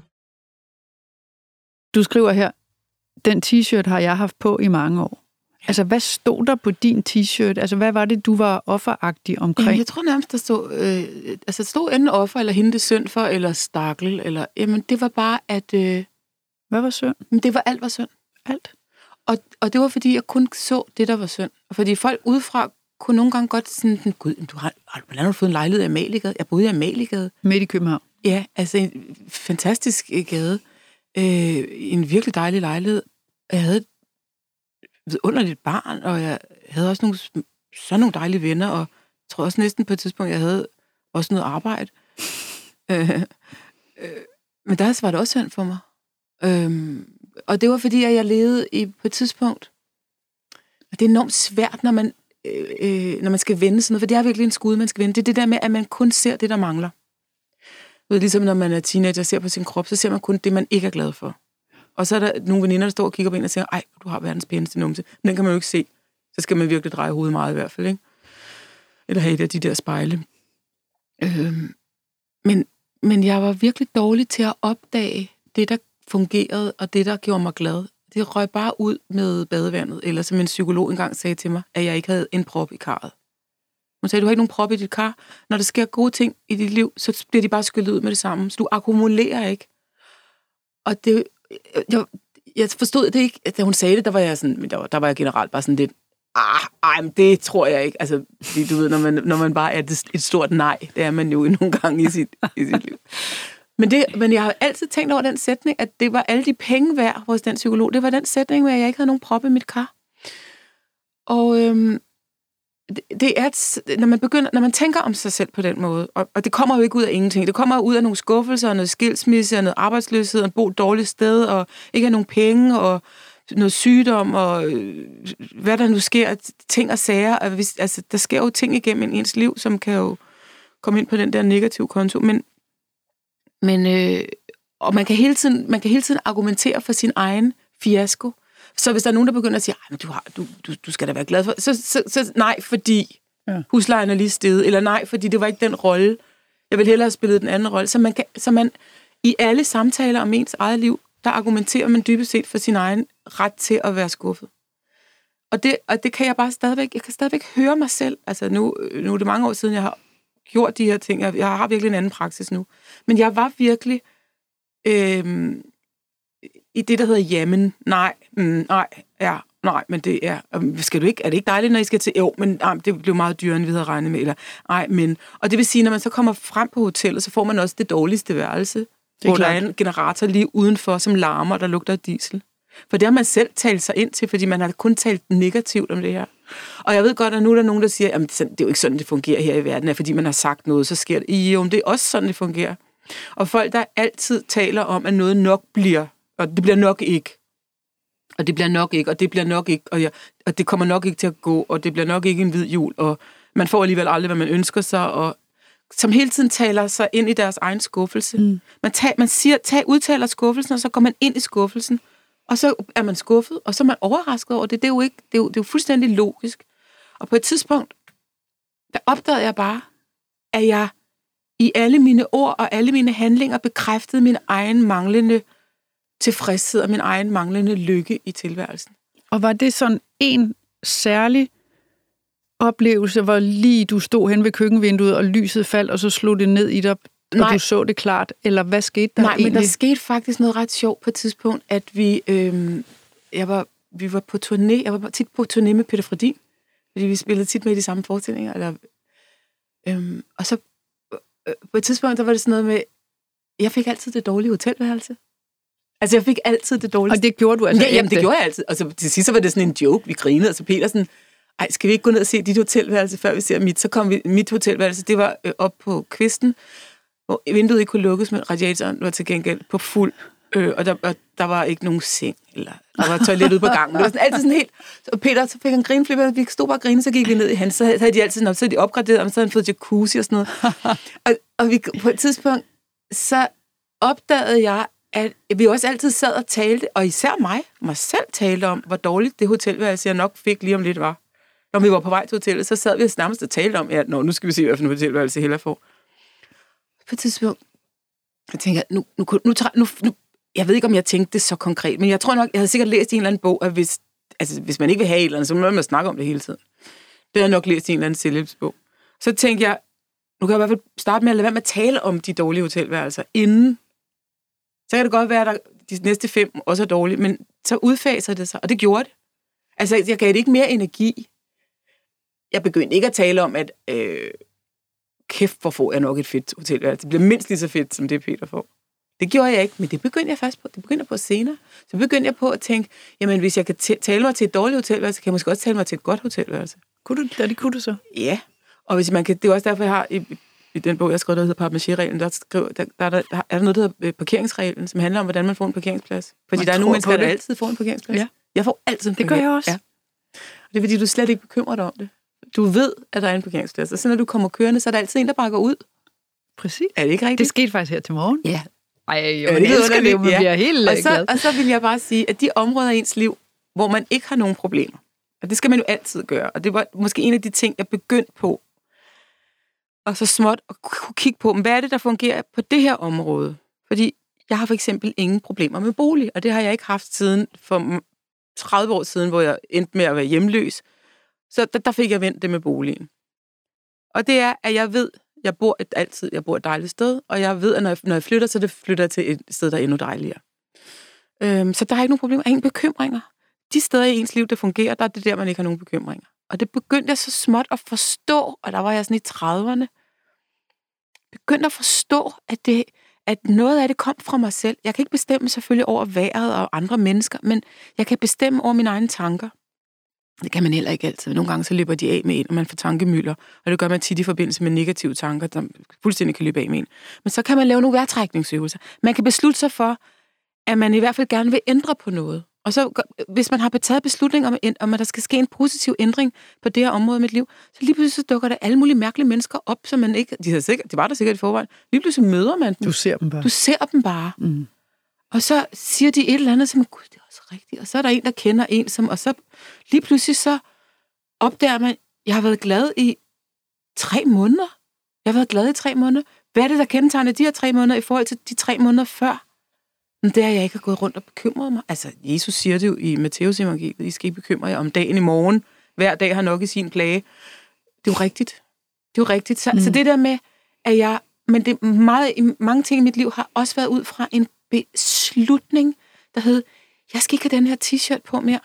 Du skriver her, den t-shirt har jeg haft på i mange år. Altså, hvad stod der på din t-shirt? Altså, hvad var det, du var offeragtig omkring? Jamen, jeg tror nærmest, der stod, øh, altså, der stod enten offer, eller hende det synd for, eller stakkel, eller, jamen, det var bare, at... Øh, hvad var synd? Men det var alt var synd. Alt? Og, og det var, fordi jeg kun så det, der var synd. Og fordi folk udefra kunne nogle gange godt sådan, gud, du har, hvordan har du fået en lejlighed i Amaliegade? Jeg boede i Amaliegade. Midt i København? Ja, altså en fantastisk gade. Øh, en virkelig dejlig lejlighed. Jeg havde et vidunderligt barn, og jeg havde også nogle, sådan nogle dejlige venner, og jeg tror også næsten på et tidspunkt, jeg havde også noget arbejde. øh, øh, men der var det også synd for mig. Øh, og det var fordi, at jeg levede i, på et tidspunkt, og det er enormt svært, når man, øh, når man skal vende sådan noget, for det er virkelig en skud, man skal vende. Det er det der med, at man kun ser det, der mangler. Ved, ligesom når man er teenager og ser på sin krop, så ser man kun det, man ikke er glad for. Og så er der nogle veninder, der står og kigger på en og siger, ej, du har verdens pæneste numse. Men den kan man jo ikke se. Så skal man virkelig dreje hovedet meget i hvert fald, ikke? Eller have et af de der spejle. Øhm, men, men jeg var virkelig dårlig til at opdage det, der fungerede, og det, der gjorde mig glad. Det røg bare ud med badevandet. Eller som en psykolog engang sagde til mig, at jeg ikke havde en prop i karret. Hun sagde, du har ikke nogen prop i dit kar. Når der sker gode ting i dit liv, så bliver de bare skyllet ud med det samme. Så du akkumulerer ikke. Og det... Jeg, jeg forstod det ikke. Da hun sagde det, der var jeg sådan, der var, der var jeg generelt bare sådan lidt, ah, ej, men det tror jeg ikke. Altså, du ved, når man, når man bare er et, et stort nej, det er man jo nogle gange i sit, i sit liv. Men, det, men jeg har altid tænkt over den sætning, at det var alle de penge værd hos den psykolog. Det var den sætning, hvor jeg ikke havde nogen prop i mit kar. Og øhm, det, det er, når man begynder, når man tænker om sig selv på den måde, og, og det kommer jo ikke ud af ingenting. Det kommer jo ud af nogle skuffelser, noget skilsmisse, noget arbejdsløshed, og bo et dårligt sted, og ikke have nogen penge, og noget sygdom, og øh, hvad der nu sker, ting og sager. Og hvis, altså, der sker jo ting igennem ens liv, som kan jo komme ind på den der negative konto. Men, men øh, og man kan hele tiden, man kan hele tiden argumentere for sin egen fiasko. Så hvis der er nogen, der begynder at sige, men du, har, du, du, du skal da være glad for, så, så, så nej, fordi ja. huslejen er lige steget, eller nej, fordi det var ikke den rolle. Jeg vil hellere have spillet den anden rolle. Så man, kan, så man i alle samtaler om ens eget liv, der argumenterer man dybest set for sin egen ret til at være skuffet. Og det, og det kan jeg bare stadigvæk, jeg kan stadigvæk høre mig selv. Altså nu, nu er det mange år siden, jeg har gjort de her ting. Jeg, jeg har virkelig en anden praksis nu. Men jeg var virkelig øh, i det, der hedder jamen, nej, mm, nej, ja, nej, men det er, skal du ikke, er det ikke dejligt, når I skal til, jo, men nej, det blev meget dyrere, end vi havde regnet med, eller nej, men, og det vil sige, når man så kommer frem på hotellet, så får man også det dårligste værelse, hvor klart. Der er en generator lige udenfor, som larmer, der lugter af diesel. For det har man selv talt sig ind til, fordi man har kun talt negativt om det her. Og jeg ved godt, at nu er der nogen, der siger, at det er jo ikke sådan, det fungerer her i verden, at fordi man har sagt noget, så sker det. Jo, men det er også sådan, det fungerer. Og folk, der altid taler om, at noget nok bliver, og det bliver nok ikke, og det bliver nok ikke, og det bliver nok ikke, og, jeg, og det kommer nok ikke til at gå, og det bliver nok ikke en hvid jul, og man får alligevel aldrig, hvad man ønsker sig, og som hele tiden taler sig ind i deres egen skuffelse. Mm. Man, tag, man siger, tag, udtaler skuffelsen, og så går man ind i skuffelsen, og så er man skuffet, og så er man overrasket over det. Det er jo, ikke, det er jo, det er jo fuldstændig logisk. Og på et tidspunkt, der opdagede jeg bare, at jeg i alle mine ord og alle mine handlinger bekræftede min egen manglende tilfredshed og min egen manglende lykke i tilværelsen. Og var det sådan en særlig oplevelse, hvor lige du stod hen ved køkkenvinduet, og lyset faldt, og så slog det ned i dig, Nej. Og du så det klart, eller hvad skete der Nej, egentlig? men der skete faktisk noget ret sjovt på et tidspunkt, at vi, øhm, jeg var, vi var på turné, jeg var tit på turné med Peter Fredin, fordi vi spillede tit med i de samme forestillinger, eller, øhm, og så øh, på et tidspunkt, der var det sådan noget med, jeg fik altid det dårlige hotelværelse. Altså, jeg fik altid det dårlige. Og det gjorde du altså? Ja, jamen, det gjorde jeg altid. Og så til sidst så var det sådan en joke, vi grinede, og så Peter sådan, ej, skal vi ikke gå ned og se dit hotelværelse, før vi ser mit? Så kom vi, mit hotelværelse, det var øh, op på kvisten, hvor vinduet ikke kunne lukkes, men radiatoren var til gengæld på fuld, øh, og, der, og der var ikke nogen seng, eller der var toilet ude på gangen. Det var sådan, altid sådan helt... Og Peter, så fik han grineflipper, vi stod bare og grinede, så gik vi ned i hans, så havde de altid sådan, så havde de opgraderet, og så havde han fået jacuzzi og sådan noget. og, og vi, på et tidspunkt, så opdagede jeg, at vi også altid sad og talte, og især mig, mig selv talte om, hvor dårligt det hotelværelse, jeg nok fik lige om lidt var. Når vi var på vej til hotellet, så sad vi nærmest og talte om, at nu skal vi se, hvilken hotelværelse Hella får. På et tidspunkt, jeg tænker, nu, nu, nu, nu, nu, jeg ved ikke, om jeg tænkte det så konkret, men jeg tror nok, jeg havde sikkert læst i en eller anden bog, at hvis, altså, hvis man ikke vil have et eller andet, så må man snakke om det hele tiden. Det har jeg nok læst i en eller anden selvhjælpsbog. Så tænkte jeg, nu kan jeg i hvert fald starte med at lade være med at tale om de dårlige hotelværelser inden. Så kan det godt være, at de næste fem også er dårlige, men så udfaser det sig, og det gjorde det. Altså, jeg gav det ikke mere energi. Jeg begyndte ikke at tale om, at øh, kæft, hvor får jeg nok et fedt hotelværelse. Det bliver mindst lige så fedt, som det Peter får. Det gjorde jeg ikke, men det begyndte jeg først på. Det begyndte jeg på senere. Så begyndte jeg på at tænke, jamen hvis jeg kan t- tale mig til et dårligt hotelværelse, kan jeg måske også tale mig til et godt hotelværelse. Kunne du, ja, det kunne du så? Ja, og hvis man kan, det er også derfor, jeg har i, i den bog, jeg skrev, der hedder Parmaché-reglen, der, skriver, der, der, der, der er der noget, der hedder parkeringsreglen, som handler om, hvordan man får en parkeringsplads. Fordi man der er nogle mennesker, der altid får en parkeringsplads. Ja. Jeg får altid en parkeringsplads. Det gør jeg også. Ja. Og det er fordi, du slet ikke bekymrer dig om det. Du ved, at der er en parkeringsplads, og så når du kommer kørende, så er der altid en, der bakker ud. Præcis. Er det ikke rigtigt? Det skete faktisk her til morgen. Ja. Ej, jo, jeg elsker det, man bliver helt og så, glad. Og så vil jeg bare sige, at de områder i ens liv, hvor man ikke har nogen problemer, og det skal man jo altid gøre, og det var måske en af de ting, jeg begyndte på, og så småt at kunne kigge på, hvad er det, der fungerer på det her område? Fordi jeg har for eksempel ingen problemer med bolig, og det har jeg ikke haft siden for tredive år siden, hvor jeg endte med at være hjemløs. Så der, der fik jeg vendt det med boligen. Og det er, at jeg ved, jeg bor et, altid jeg bor et dejligt sted, og jeg ved, at når jeg, når jeg flytter, så det flytter til et sted, der er endnu dejligere. Øhm, så der er ikke nogen problemer. Ingen bekymringer. De steder i ens liv, der fungerer, der er det der, man ikke har nogen bekymringer. Og det begyndte jeg så småt at forstå, og der var jeg sådan i trediverne, begyndte at forstå, at, det, at noget af det kom fra mig selv. Jeg kan ikke bestemme selvfølgelig over vejret og andre mennesker, men jeg kan bestemme over mine egne tanker. Det kan man heller ikke altid. Nogle gange så løber de af med en, og man får tankemylder, og det gør man tit i forbindelse med negative tanker, der fuldstændig kan løbe af med en. Men så kan man lave nogle vejrtrækningsøvelser. Man kan beslutte sig for, at man i hvert fald gerne vil ændre på noget. Og så, hvis man har taget beslutning om, om, at der skal ske en positiv ændring på det her område af mit liv, så lige pludselig så dukker der alle mulige mærkelige mennesker op, som man ikke... De, sikkert, de var der sikkert i forvejen. Lige pludselig møder man dem. Du ser dem bare. Du ser dem bare. Mm. Og så siger de et eller andet, som, gud, det er også rigtigt. Og så er der en, der kender en, som... Og så lige pludselig så opdager man, jeg har været glad i tre måneder. Jeg har været glad i tre måneder. Hvad er det, der kendetegner de her tre måneder i forhold til de tre måneder før? Men det er, jeg ikke har gået rundt og bekymret mig. Altså, Jesus siger det jo i Matteus evangeliet, I skal ikke bekymre jer om dagen i morgen. Hver dag har nok i sin plage. Det er jo rigtigt. Det er jo rigtigt. Så, mm. så det der med, at jeg... Men det meget, mange ting i mit liv har også været ud fra en beslutning, der hed, jeg skal ikke have den her t-shirt på mere.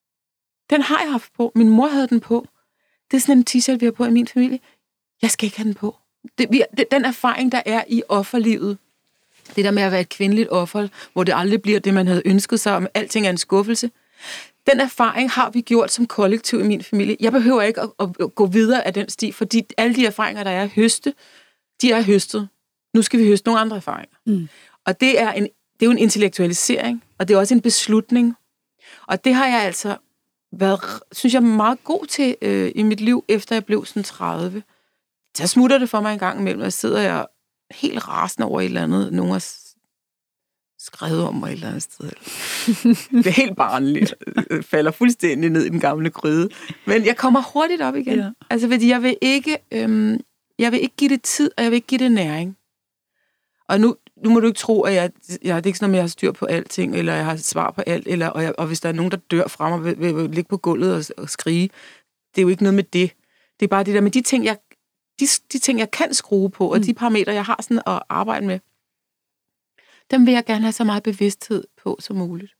Den har jeg haft på. Min mor havde den på. Det er sådan en t-shirt, vi har på i min familie. Jeg skal ikke have den på. Det, vi, det, den erfaring, der er i offerlivet, det der med at være et kvindeligt offer, hvor det aldrig bliver det, man havde ønsket sig, og alting er en skuffelse. Den erfaring har vi gjort som kollektiv i min familie. Jeg behøver ikke at, at, at gå videre af den sti, fordi alle de erfaringer, der er at høste, de er høstet. Nu skal vi høste nogle andre erfaringer. Mm. Og det er, en, det er jo en intellektualisering, og det er også en beslutning. Og det har jeg altså været, synes jeg, meget god til øh, i mit liv, efter jeg blev sådan tredive. Så smutter det for mig en gang imellem, og jeg sidder jeg helt rasende over et eller andet. Nogen har skrevet om mig et eller andet sted. Det er helt barnligt. Jeg falder fuldstændig ned i den gamle gryde. Men jeg kommer hurtigt op igen. Ja. Altså, fordi jeg vil ikke, øhm, jeg vil ikke give det tid, og jeg vil ikke give det næring. Og nu, nu må du ikke tro, at jeg, jeg, det er ikke sådan, at jeg har styr på alting, eller jeg har svar på alt, eller, og, jeg, og hvis der er nogen, der dør fra mig, vil, vil, vil ligge på gulvet og, og skrige. Det er jo ikke noget med det. Det er bare det der med de ting, jeg de, de ting, jeg kan skrue på, og mm. de parametre, jeg har sådan at arbejde med, dem vil jeg gerne have så meget bevidsthed på som muligt.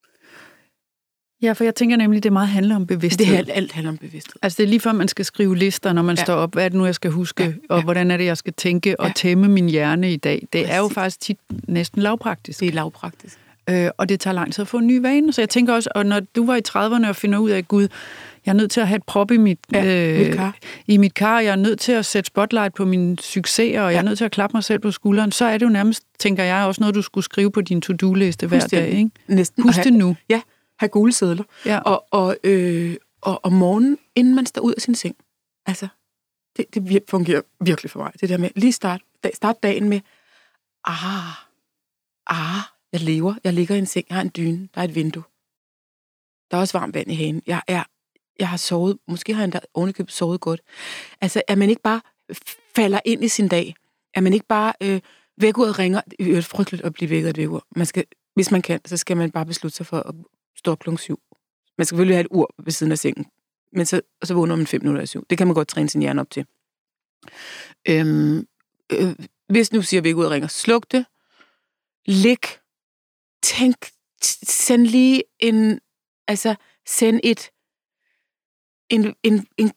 Ja, for jeg tænker nemlig, det meget handler om bevidsthed. Det alt, alt handler om bevidsthed. Altså det er lige før, man skal skrive lister, når man ja. står op. Hvad er det nu, jeg skal huske? Ja. Og ja. hvordan er det, jeg skal tænke og ja. tæmme min hjerne i dag? Det Præcis. er jo faktisk tit næsten lavpraktisk. Det er lavpraktisk. Øh, og det tager lang tid at få en ny vane. Så jeg tænker også, og når du var i trediverne og finder ud af, Gud, jeg er nødt til at have et prop i mit, ja, øh, mit kar. i mit kar, jeg er nødt til at sætte spotlight på mine succeser, og ja. jeg er nødt til at klappe mig selv på skulderen, så er det jo nærmest, tænker jeg, også noget, du skulle skrive på din to-do-liste hver Husk det, dag. Ikke? Næsten. Husk det nu. Ja, have gule sedler. Ja. Og, og, øh, og om morgenen, inden man står ud af sin seng. Altså, det, det fungerer virkelig for mig. Det der med lige start, dag, start dagen med, ah, ah, jeg lever, jeg ligger i en seng, jeg har en dyne, der er et vindue. Der er også varmt vand i hagen. Jeg, er, jeg har sovet, måske har jeg endda ovenikøbet sovet godt. Altså, at man ikke bare falder ind i sin dag. At man ikke bare øh, vækkeuret ringer. Det er frygteligt at blive vækket af et vækkeur. Man skal, hvis man kan, så skal man bare beslutte sig for at stå op klokken syv. Man skal selvfølgelig have et ur ved siden af sengen. Men så, så vågner man fem minutter af syv. Det kan man godt træne sin hjerne op til. Øhm, øh, hvis nu siger vækkeuret ringer, sluk det. Lig. Tænk. Send lige en... Altså, send et... En... en, en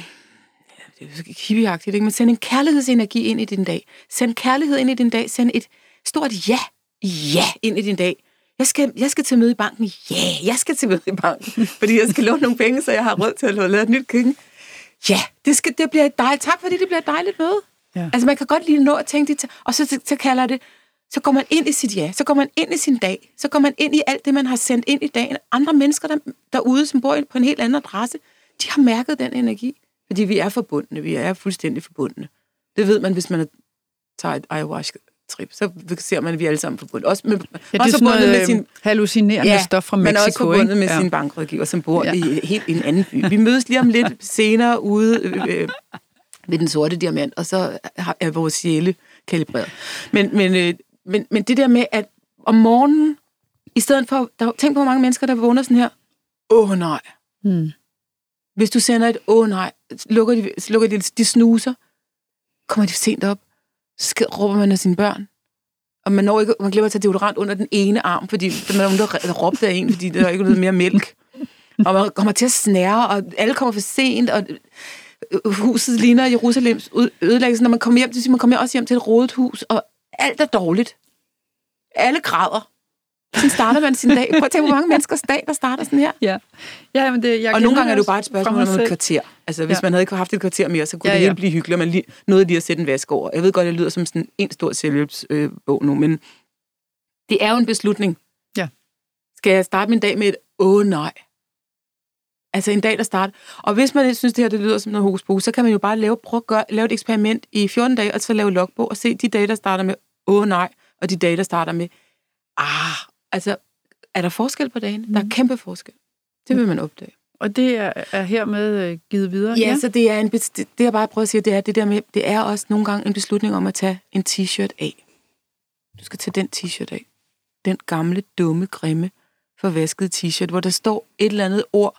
det er jo hippieagtigt, ikke? Men send en kærlighedsenergi ind i din dag. Send kærlighed ind i din dag. Send et stort ja. Ja ind i din dag. Jeg skal, jeg skal til møde i banken. Ja, yeah, jeg skal til møde i banken. Fordi jeg skal låne nogle penge, så jeg har råd til at lave et nyt køkken. Ja, det, skal, det bliver dejligt. Tak, fordi det bliver et dejligt møde. Ja. Altså, man kan godt lige nå at tænke det. Og så, så, så kalder det... Så går man ind i sit ja. Så går man ind i sin dag. Så går man ind i alt det, man har sendt ind i dagen. Andre mennesker der, derude, som bor på en helt anden adresse, de har mærket den energi. Fordi vi er forbundne. Vi er fuldstændig forbundne. Det ved man, hvis man tager et ayahuasca-trip. Så ser man, at vi er alle sammen forbundet. Også, med, ja, det også er forbundet med sin hallucinerende ja, stof fra Mexico. Man er også forbundet ikke? med ja. sin bankrådgiver, som bor ja. i helt i en anden by. Vi mødes lige om lidt senere ude øh, ved den sorte diamant, og så er vores sjæle kalibreret. Men, men, øh, men, men det der med, at om morgenen, i stedet for, der, tænk på, hvor mange mennesker, der vågner sådan her, åh oh, nej. Hmm. Hvis du sender et åh oh, nej, lukker de, lukker de, de snuser, kommer de sent op, så råber man af sine børn. Og man, når ikke, man glemmer at tage deodorant under den ene arm, fordi der er nogen, der råbte af en, fordi der er ikke noget mere mælk. Og man kommer til at snære, og alle kommer for sent, og huset ligner Jerusalems ødelæggelse. Når man kommer hjem, det vil sige, man kommer også hjem til et rodet hus, og alt er dårligt. Alle græder. Sådan starter man sin dag. Prøv at tænke, hvor mange menneskers dag, der starter sådan her. Ja. Ja, men det, jeg og nogle gange er det jo bare et spørgsmål om et kvarter. Altså, hvis ja. man havde ikke haft et kvarter mere, så kunne ja, det hele ja. blive hyggeligt, og man lige, nåede lige at sætte en vask over. Jeg ved godt, det lyder som sådan en stor selvhjælpsbog øh, nu, men det er jo en beslutning. Ja. Skal jeg starte min dag med et åh nej? Altså en dag, der starter. Og hvis man synes, det her det lyder som noget hokus pokus, så kan man jo bare lave, prøve at gøre, lave et eksperiment i fjorten dage, og så lave logbog og se de dage, der starter med åh nej, og de dage, der starter med ah. Altså, er der forskel på dagen? Mm. Der er kæmpe forskel. Det vil man opdage. Og det er, er hermed givet videre? Ja, ja, så det er en, det jeg bare prøver at sige, det er det der med, det er også nogle gange en beslutning om at tage en t-shirt af. Du skal tage den t-shirt af. Den gamle, dumme, grimme, forvaskede t-shirt, hvor der står et eller andet ord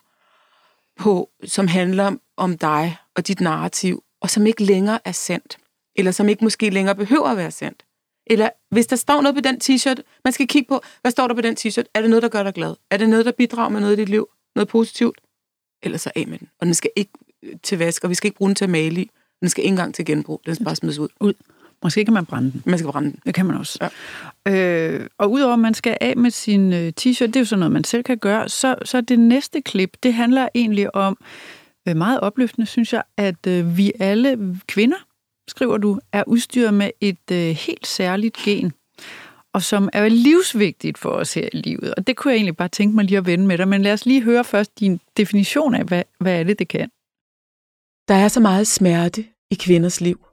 på, som handler om dig og dit narrativ, og som ikke længere er sandt. Eller som ikke måske længere behøver at være sandt. Eller hvis der står noget på den t-shirt, man skal kigge på, hvad står der på den t-shirt? Er det noget, der gør dig glad? Er det noget, der bidrager med noget i dit liv? Noget positivt? Eller så af med den. Og den skal ikke til vask, og vi skal ikke bruge den til at male i. Den skal ikke engang til genbrug. Den skal bare smides ud. ud. Måske kan man brænde den. Man skal brænde den. Det kan man også. Ja. Øh, og udover at man skal af med sin øh, t-shirt, det er jo sådan noget, man selv kan gøre, så, så det næste klip, det handler egentlig om, øh, meget opløftende, synes jeg, at øh, vi alle kvinder, skriver du, er udstyret med et øh, helt særligt gen, og som er livsvigtigt for os her i livet. Og det kunne jeg egentlig bare tænke mig lige at vende med dig, men lad os lige høre først din definition af, hvad, hvad er det, det kan. Der er så meget smerte i kvinders liv.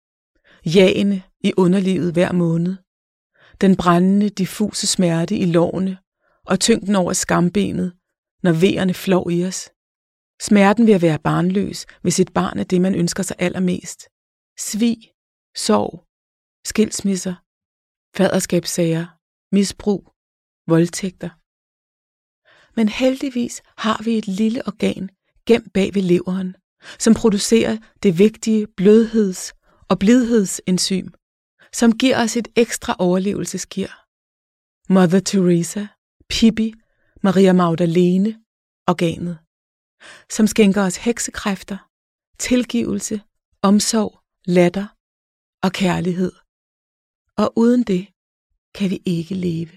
Jagende i underlivet hver måned. Den brændende, diffuse smerte i lårene og tyngden over skambenet, når vejerne flår i os. Smerten ved at være barnløs, hvis et barn er det, man ønsker sig allermest. Svig, sorg, skilsmisser, faderskabssager, misbrug, voldtægter. Men heldigvis har vi et lille organ gemt bag ved leveren, som producerer det vigtige blødheds- og blidhedsenzym, som giver os et ekstra overlevelsesgear. Mother Teresa, Pippi, Maria Magdalene, organet, som skænker os heksekræfter, tilgivelse, omsorg, latter og kærlighed. Og uden det kan vi ikke leve.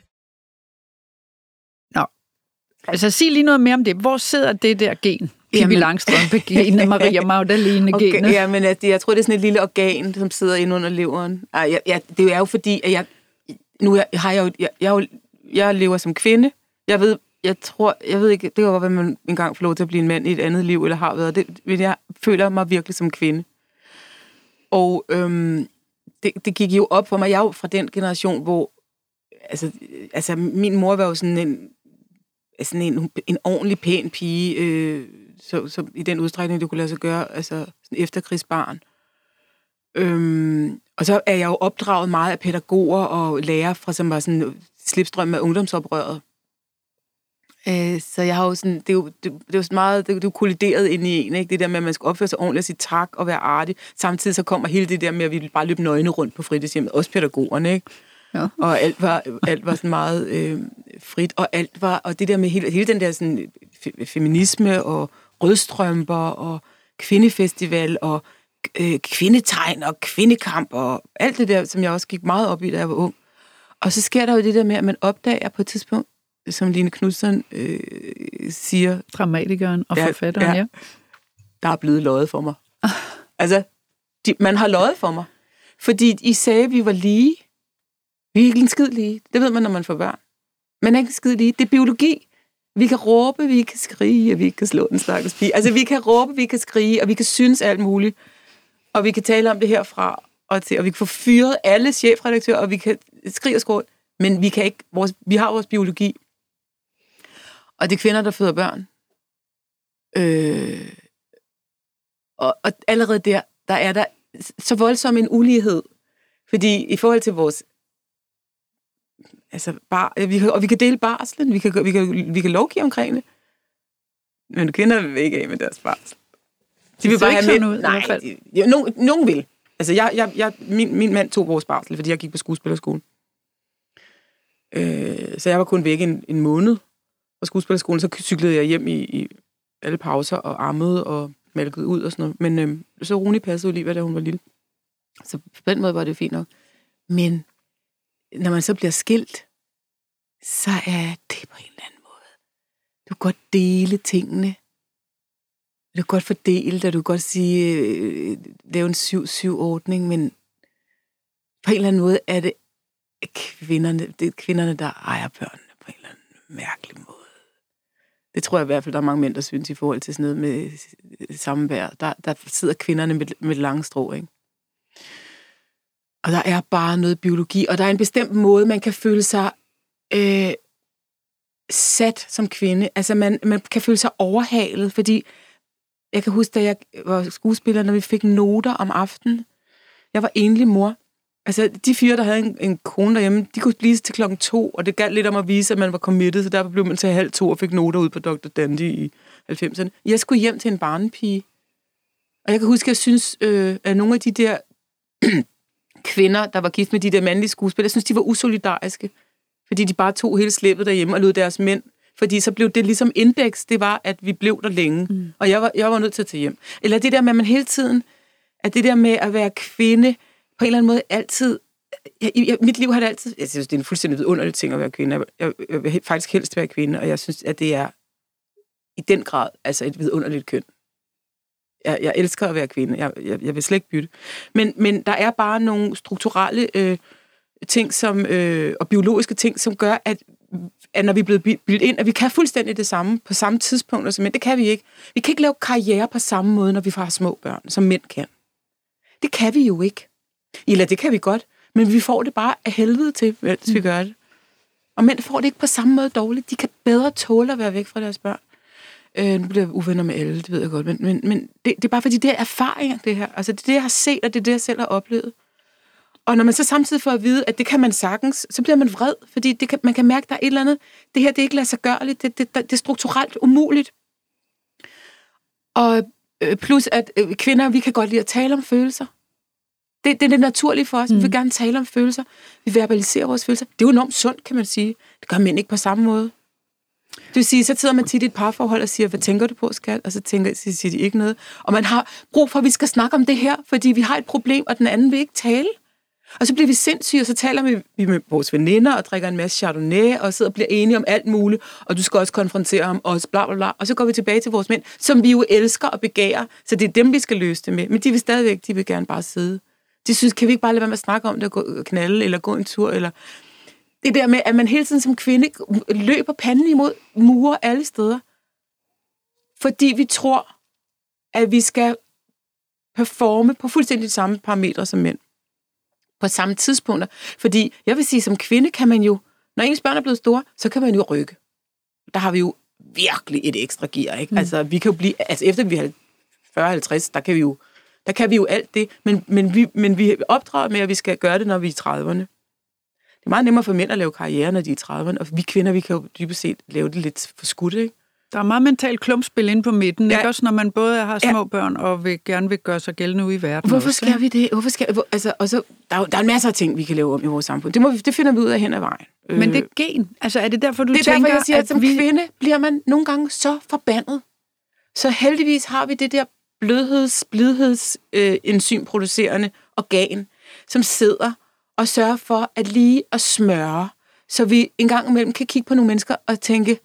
Nå, altså sig lige noget mere om det. Hvor sidder det der gen? Pippi Langstrømpe-genet, Maria Magdalene-genet. Okay, ja, men at, jeg tror, det er sådan et lille organ, som sidder inde under leveren. Ej, jeg, jeg, det er jo fordi, at jeg, nu jeg, har jeg jo, jeg, jeg, jeg lever som kvinde. Jeg ved, jeg tror, jeg ved ikke, det kan godt være, at man engang får lov til at blive en mand i et andet liv, eller har været det, men jeg føler mig virkelig som kvinde. Og øhm, det, det gik jo op for mig. Jeg er jo fra den generation, hvor altså, altså min mor var jo sådan en, sådan en, en ordentlig pæn pige, øh, så, så i den udstrækning, det kunne lade sig gøre, altså sådan efterkrigsbarn. Øhm, og så er jeg jo opdraget meget af pædagoger og lærere, fra som var sådan slipstrøm af ungdomsoprøret. Øh, så jeg har jo sådan, det er jo, det, det er jo sådan meget, det er jo kollideret ind i en, ikke? Det der med, at man skal opføre sig ordentligt og sige tak og være artig. Samtidig så kommer hele det der med, at vi bare løbe nøgne rundt på fritidshjemmet, også pædagogerne, ikke? Ja. Og alt var, alt var sådan meget øh, frit, og alt var, og det der med hele, hele den der sådan fe- feminisme og rødstrømper og kvindefestival og øh, kvindetegn og kvindekamp og alt det der, som jeg også gik meget op i, da jeg var ung. Og så sker der jo det der med, at man opdager på et tidspunkt, som Line Knutzon øh, siger... Dramatikeren og forfatteren, ja, ja. Der er blevet løjet for mig. Altså, de, man har løjet for mig. Fordi I sagde, at vi var lige. Vi er ikke en skid lige. Det ved man, når man får børn. Man er ikke en skid lige. Det er biologi. Vi kan råbe, vi kan skrige, og vi kan slå den stakkels pige. Altså, vi kan råbe, vi kan skrige, og vi kan synes alt muligt. Og vi kan tale om det herfra og til, og vi kan få fyret alle chefredaktører, og vi kan skrige og skråle. Men vi kan ikke... Vores, vi har vores biologi. Og det er kvinder, der føder børn. Øh, og, og allerede der, der er der så voldsom en ulighed. Fordi i forhold til vores... Altså, bar, vi kan, og vi kan dele barslen, vi kan, vi kan, vi kan lovgive omkring det. Men kvinder vil ikke af med deres barsel. De vil bare have med... Ud, nej, de, ja, nogen, nogen vil. Altså, jeg, jeg, jeg, min, min mand tog vores barsel, fordi jeg gik på skuespillerskolen. Øh, så jeg var kun væk en, en måned fra skuespillerskolen, så cyklede jeg hjem i, i alle pauser og ammede og malkede ud og sådan noget. Men øh, så Rune passede jo lige, da hun var lille. Så på den måde var det fint nok. Men når man så bliver skilt, så er det på en eller anden måde. Du kan godt dele tingene. Du kan godt fordele det, du kan godt sige, øh, lave en syv syv ordning, men på en eller anden måde er det kvinderne, det er kvinderne, der ejer børnene på en eller anden mærkelig måde. Det tror jeg i hvert fald, der er mange mænd, der synes i forhold til sådan noget med samvær. Der, der sidder kvinderne med, med lange strå, ikke? Og der er bare noget biologi, og der er en bestemt måde, man kan føle sig øh, sat som kvinde. Altså, man, man kan føle sig overhalet, fordi jeg kan huske, da jeg var skuespiller, når vi fik noter om aftenen. Jeg var enlig mor. Altså, de fire, der havde en, en kone derhjemme, de kunne blive til klokken to, og det galt lidt om at vise, at man var committed, så derfor blev man til halv to og fik noter ud på doktor Dandy i halvfemserne. Jeg skulle hjem til en barnepige. Og jeg kan huske, at jeg synes, øh, at nogle af de der kvinder, der var gift med de der mandlige skuespillere, jeg synes, de var usolidariske, fordi de bare tog hele slæbet derhjemme og lod deres mænd. Fordi så blev det ligesom indeks, det var, at vi blev der længe. Mm. Og jeg var, jeg var nødt til at tage hjem. Eller det der med, at man hele tiden, at det der med at være kvinde, på en eller anden måde altid... Jeg, jeg, mit liv har det altid... Jeg synes, det er en fuldstændig vidunderlig ting at være kvinde. Jeg, jeg, jeg vil faktisk helst være kvinde, og jeg synes, at det er i den grad altså et vidunderligt køn. Jeg, jeg elsker at være kvinde. Jeg, jeg, jeg vil slet ikke bytte. Men, men der er bare nogle strukturelle øh, ting som, øh, og biologiske ting, som gør, at, at når vi er blevet bildet ind, at vi kan fuldstændig det samme på samme tidspunkt, men det kan vi ikke. Vi kan ikke lave karriere på samme måde, når vi får små børn, som mænd kan. Det kan vi jo ikke. Eller det kan vi godt, men vi får det bare af helvede til, hvis mm. vi gør det. Og mænd får det ikke på samme måde dårligt. De kan bedre tåle at være væk fra deres børn. Øh, nu bliver jeg uvenner med alle, det ved jeg godt, men, men, men det, det er bare fordi, det er erfaringer, det her. Altså, det er det, jeg har set, og det er det, jeg selv har oplevet. Og når man så samtidig får at vide, at det kan man sagtens, så bliver man vred, fordi det kan, man kan mærke, at der er et eller andet, det her, det er ikke lade sig gøre, det, det, det, det er strukturelt umuligt. Og Øh, plus at øh, kvinder, vi kan godt lide at tale om følelser. Det, det er det naturlige for os. Mm. Vi vil gerne tale om følelser. Vi verbaliserer vores følelser. Det er jo enormt sundt, kan man sige. Det gør mænd ikke på samme måde. Det vil sige, så sidder man tit i et parforhold og siger, hvad tænker du på, skat? Og så tænker, så siger de ikke noget. Og man har brug for, at vi skal snakke om det her, fordi vi har et problem, og den anden vil ikke tale. Og så bliver vi sindssyge, og så taler vi med vores veninder og drikker en masse chardonnay, og sidder og bliver enige om alt muligt, og du skal også konfrontere ham, og bla bla bla. Og så går vi tilbage til vores mænd, som vi jo elsker og begærer, så det er dem, vi skal løse det med. Men de vil stadigvæk, de vil gerne bare sidde. De synes, kan vi ikke bare lade være med at snakke om det, og gå og knalde, eller gå en tur, eller... Det der med, at man hele tiden som kvinde løber panden imod mure alle steder. Fordi vi tror, at vi skal performe på fuldstændig de samme parametre som mænd. På samme tidspunkter. Fordi jeg vil sige, som kvinde kan man jo, når ens børn er blevet store, så kan man jo rykke. Der har vi jo virkelig et ekstra gear, ikke? Mm. Altså, vi kan jo blive, altså efter vi er fyrre halvtreds, der kan vi jo, der kan vi jo alt det, men, men, vi, men vi opdrager med, at vi skal gøre det, når vi er i trediverne. Det er meget nemmere for mænd at lave karriere, når de er i trediverne, og vi kvinder, vi kan jo dybest set lave det lidt for skudt, ikke? Der er meget mentalt klumpspil inde på midten, ja. Ikke også, når man både har små ja. børn og vil, gerne vil gøre sig gældende ude i verden. Hvorfor også, skal ikke? vi det? Hvorfor skal hvor, altså, og så, der, er, der er en masse af ting, vi kan lave om i vores samfund. Det, må vi, det finder vi ud af hen ad vejen. Men det er gen. Altså, er det derfor, du det er tænker, derfor, jeg siger, at, at som vi... kvinde bliver man nogle gange så forbandet. Så heldigvis har vi det der blødheds, blidheds, øh, enzymproducerende organ, som sidder og sørger for at lige at smøre, så vi en gang imellem kan kigge på nogle mennesker og tænke,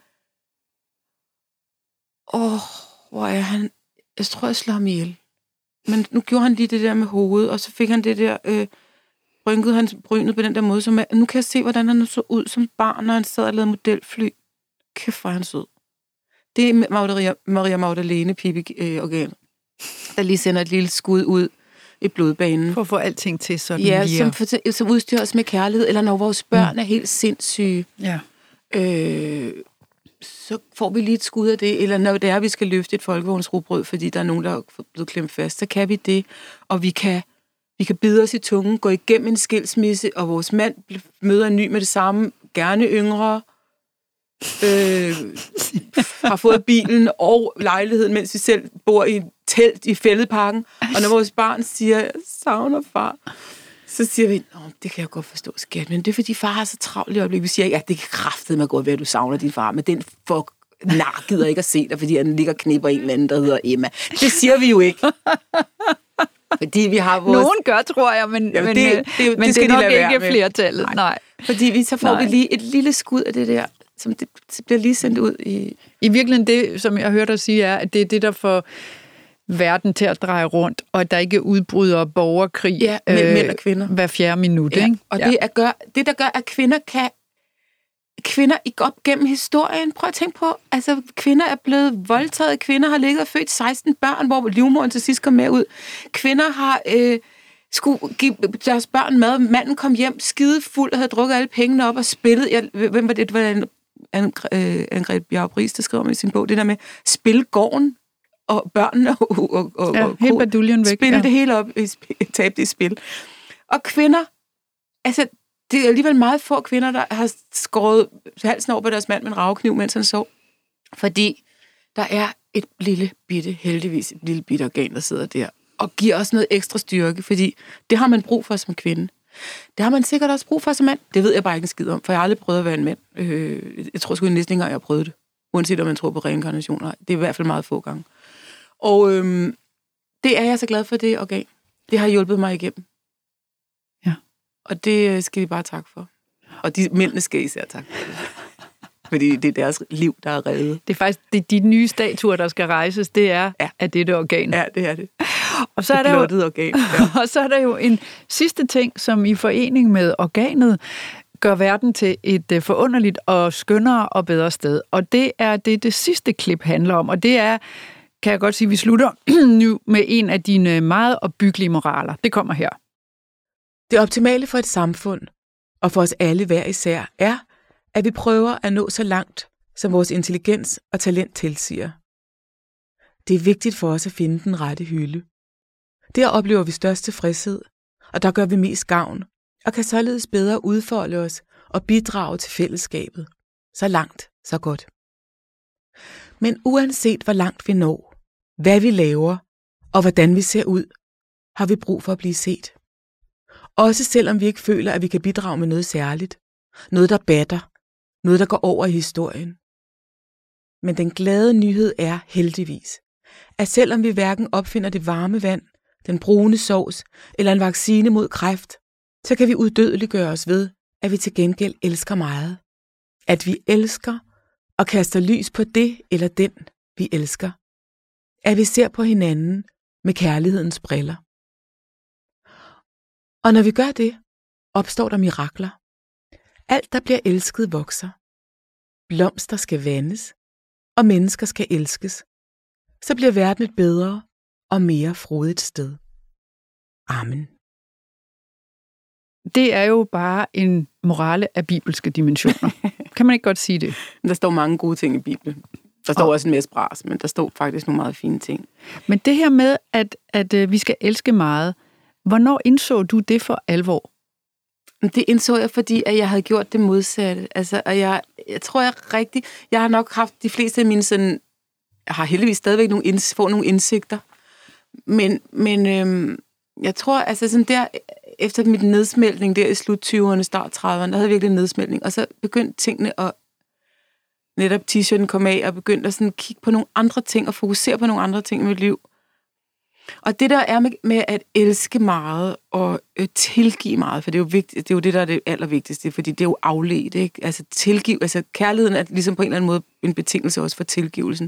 åh, oh, hvor er han? Jeg tror, jeg slår ham ihjel. Men nu gjorde han lige det der med hovedet, og så fik han det der, øh, rynkede han brynet på den der måde, som er, nu kan jeg se, hvordan han så ud som barn, når han sad og lavede modelfly. Kæft, hvor er han sød. Det er Maria, Maria Magdalene Pippi-organ, der lige sender et lille skud ud i blodbanen. For at få alting til sådan ja, lige. som, for, som udstyrer os med kærlighed, eller når vores børn mm. er helt sindssyge. Ja. Øh, så får vi lige et skud af det, eller når det er, vi skal løfte et folkevognsrugbrød, fordi der er nogen, der er blevet klemt fast, så kan vi det, og vi kan, vi kan bide os i tungen, gå igennem en skilsmisse, og vores mand møder en ny med det samme, gerne yngre, øh, har fået bilen og lejligheden, mens vi selv bor i et telt i Fælledparken, og når vores barn siger, jeg savner far, så siger vi, åh, det kan jeg godt forstå, skat, men det er fordi far har så travlt i øjeblikket. Vi siger ikke, at det kan kraftedeme godt være, at du savner din far, men den for nar gider ikke at se dig, fordi han ligger og knipper en eller anden, der hedder Emma. Det siger vi jo ikke. Fordi vi har vores... Nogen gør, tror jeg, men, ja, men, det, det, men det, det er nok ikke flertallet. Nej. Nej. Fordi vi, så får Nej. vi lige et lille skud af det der, som det bliver lige sendt ud i... I virkeligheden det, som jeg hørte dig sige, er, at det er det, der får verden til at dreje rundt, og at der ikke udbryder borgerkrig ja, mellem øh, mænd og kvinder hver fjerde minut. Ja, ikke? Og ja. det, er gør, det, der gør, at kvinder kan... Kvinder i op gennem historien, prøv at tænke på, altså kvinder er blevet voldtaget, kvinder har ligget og født seksten børn, hvor livmoderen til sidst kom med ud. Kvinder har øh, skulle give deres børn mad, manden kom hjem skidefuld og havde drukket alle pengene op og spillet. Jeg, hvem var det? Det var en, en, øh, Anne-Grethe Bjarup-Riis, der skrev om i sin bog, det der med spil gården og børnene og, og, og, ja, og helt baduljen væk. Spille ja. det hele op, tabe det i spil. Og kvinder, altså det er alligevel meget få kvinder, der har skåret halsen over på deres mand med en ravekniv, mens han sov. Fordi der er et lille bitte, heldigvis et lille bitte organ, der sidder der, og giver os noget ekstra styrke, fordi det har man brug for som kvinde. Det har man sikkert også brug for som mand. Det ved jeg bare ikke en skid om, for jeg har aldrig prøvet at være en mand. Øh, jeg tror sgu næsten ikke engang, jeg har prøvet det. Uanset om man tror på reinkarnationer. Det er i hvert fald meget få gange. Og øhm, det er jeg så glad for, det organ. Det har hjulpet mig igennem. Ja. Og det skal vi bare takke for. Og de mændene skal især takke for det. Fordi det er deres liv, der er reddet. Det er faktisk det, de nye statuer, der skal rejses, det er ja. af dette organ. Ja, det er det. Og så det er der blottede jo, organ. Ja. Og så er der jo en sidste ting, som i forening med organet gør verden til et forunderligt og skønnere og bedre sted. Og det er det, det sidste klip handler om. Og det er, kan jeg godt sige, vi slutter nu med en af dine meget opbyggelige moraler. Det kommer her. Det optimale for et samfund, og for os alle hver især, er, at vi prøver at nå så langt, som vores intelligens og talent tilsiger. Det er vigtigt for os at finde den rette hylde. Der oplever vi størst tilfredshed, og der gør vi mest gavn, og kan således bedre udfolde os og bidrage til fællesskabet. Så langt, så godt. Men uanset hvor langt vi når, hvad vi laver og hvordan vi ser ud, har vi brug for at blive set. Også selvom vi ikke føler, at vi kan bidrage med noget særligt. Noget, der batter. Noget, der går over i historien. Men den glade nyhed er heldigvis, at selvom vi hverken opfinder det varme vand, den brune sovs eller en vaccine mod kræft, så kan vi udødeliggøre os ved, at vi til gengæld elsker meget. At vi elsker og kaster lys på det eller den, vi elsker. At vi ser på hinanden med kærlighedens briller. Og når vi gør det, opstår der mirakler. Alt, der bliver elsket, vokser. Blomster skal vandes, og mennesker skal elskes. Så bliver verden et bedre og mere frodigt sted. Amen. Det er jo bare en morale af bibelske dimensioner. Kan man ikke godt sige det? Der står mange gode ting i Bibelen. Der står og også en masse bras, men der står faktisk nogle meget fine ting. Men det her med, at, at, at vi skal elske meget, hvornår indså du det for alvor? Det indså jeg, fordi at jeg havde gjort det modsatte. Altså, og jeg, jeg tror, jeg er rigtig... Jeg har nok haft de fleste af mine sådan... Jeg har heldigvis stadigvæk nogle, inds, få nogle indsigter. Men, men øhm, jeg tror, altså sådan der... Efter mit nedsmeltning der i slut tyverne, start trediverne, der havde jeg virkelig en nedsmeltning. Og så begyndte tingene at... Netop t-shirten kom af, og begyndte at sådan kigge på nogle andre ting, og fokusere på nogle andre ting i mit liv. Og det der er med, med at elske meget og øh, tilgive meget, for det er jo vigtigt, det er jo det, der er det allervigtigste, fordi det er jo afledt, ikke? Altså tilgive, altså kærligheden er ligesom på en eller anden måde en betingelse også for tilgivelsen.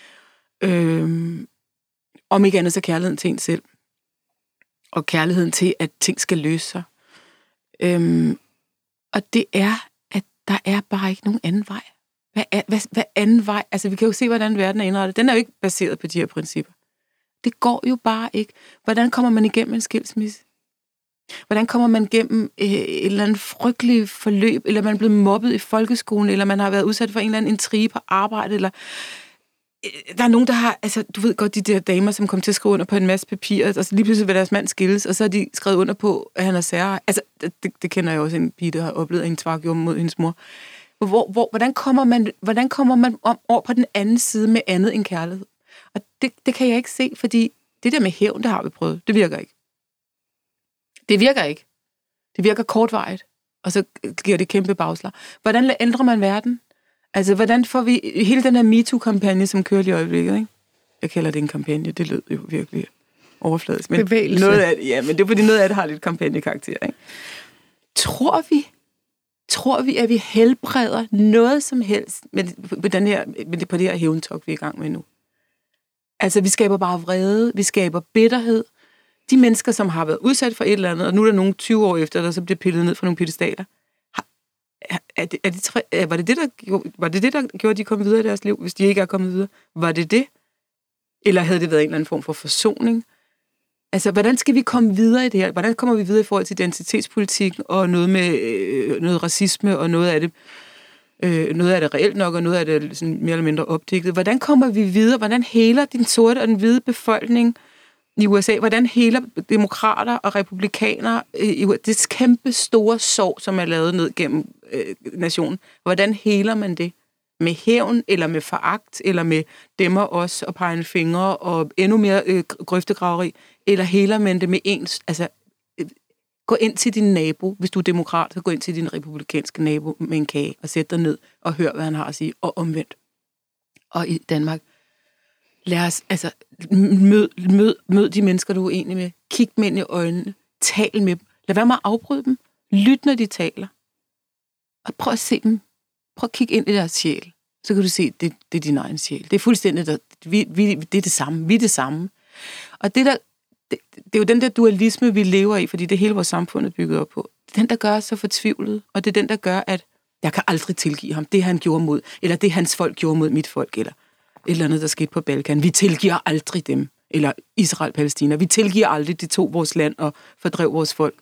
Øhm, om ikke andet så kærligheden til en selv. Og kærligheden til, at ting skal løse sig. Øhm, og det er, at der er bare ikke nogen anden vej. Hvad, er, hvad, hvad anden vej? Altså vi kan jo se, hvordan verden er indrettet. Den er jo ikke baseret på de her principper. Det går jo bare ikke. Hvordan kommer man igennem en skilsmisse? Hvordan kommer man igennem øh, et eller andet frygteligt forløb, eller man er blevet mobbet i folkeskolen, eller man har været udsat for en eller anden intrige på arbejde, eller øh, der er nogen, der har, altså du ved godt, de der damer, som kom til at skrive under på en masse papirer, og så lige pludselig vil deres mand skilles, og så har de skrevet under på, at han er sær. Altså, det, det kender jeg også en pige, der har oplevet, at hendes far gjorde mod hendes mor. Hvor, hvor, hvordan kommer man, hvordan kommer man om, over på den anden side med andet end kærlighed? Og det, det kan jeg ikke se, fordi det der med hævn, det har vi prøvet. Det virker ikke. Det virker ikke. Det virker kortvarigt, og så giver det kæmpe bagslag. Hvordan ændrer man verden? Altså, hvordan får vi hele den her MeToo-kampagne, som kører lige i øjeblikket, ikke? Jeg kalder det en kampagne, det lød jo virkelig overfladisk. Men bevægelse. Noget af det, ja, men det er fordi noget af det har lidt kampagnekarakter, ikke? Tror vi, tror vi, at vi helbreder noget som helst med, med, den her, med det, på det her hævntok, vi er i gang med nu? Altså, vi skaber bare vrede, vi skaber bitterhed. De mennesker, som har været udsat for et eller andet, og nu er der nogle tyve år efter, der så bliver pillet ned fra nogle piedestaler. Er det, er det, er, var, det det, der, var det det, der gjorde, at de kom videre i deres liv, hvis de ikke er kommet videre? Var det det? Eller havde det været en eller anden form for forsoning? Altså, hvordan skal vi komme videre i det her? Hvordan kommer vi videre i forhold til identitetspolitik og noget med øh, noget racisme, og noget af det øh, noget af det reelt nok, og noget af det sådan mere eller mindre opdigtet? Hvordan kommer vi videre? Hvordan heler den sorte og den hvide befolkning i U S A? Hvordan heler demokrater og republikanere i det kæmpe store sorg, som er lavet ned gennem øh, nationen? Hvordan heler man det? Med hævn, eller med foragt, eller med dæmmer os og peger en fingre, og endnu mere øh, grøftegraveri? Eller heler man det med ens... Altså, øh, gå ind til din nabo, hvis du er demokrat, så gå ind til din republikanske nabo med en kage, og sæt dig ned og hør, hvad han har at sige, og omvendt. Og i Danmark, lad os, altså, mød, mød, mød de mennesker, du er uenig med. Kig dem ind i øjnene. Tal med dem. Lad være med at afbryde dem. Lyt, når de taler. Og prøv at se dem. Prøv at kigge ind i deres sjæl. Så kan du se, at det, det er din egen sjæl. Det er fuldstændig, der, vi, vi, det er det samme. Vi er det samme. Og det, der, det, det er jo den der dualisme, vi lever i, fordi det hele vores samfund er bygget op på. Det er den, der gør os så fortvivlet. Og det er den, der gør, at jeg kan aldrig tilgive ham det, han gjorde mod, eller det, hans folk gjorde mod mit folk, eller et eller andet, der skete på Balkan. Vi tilgiver aldrig dem. Eller Israel-Palæstina. Vi tilgiver aldrig, de tog vores land og fordrev vores folk.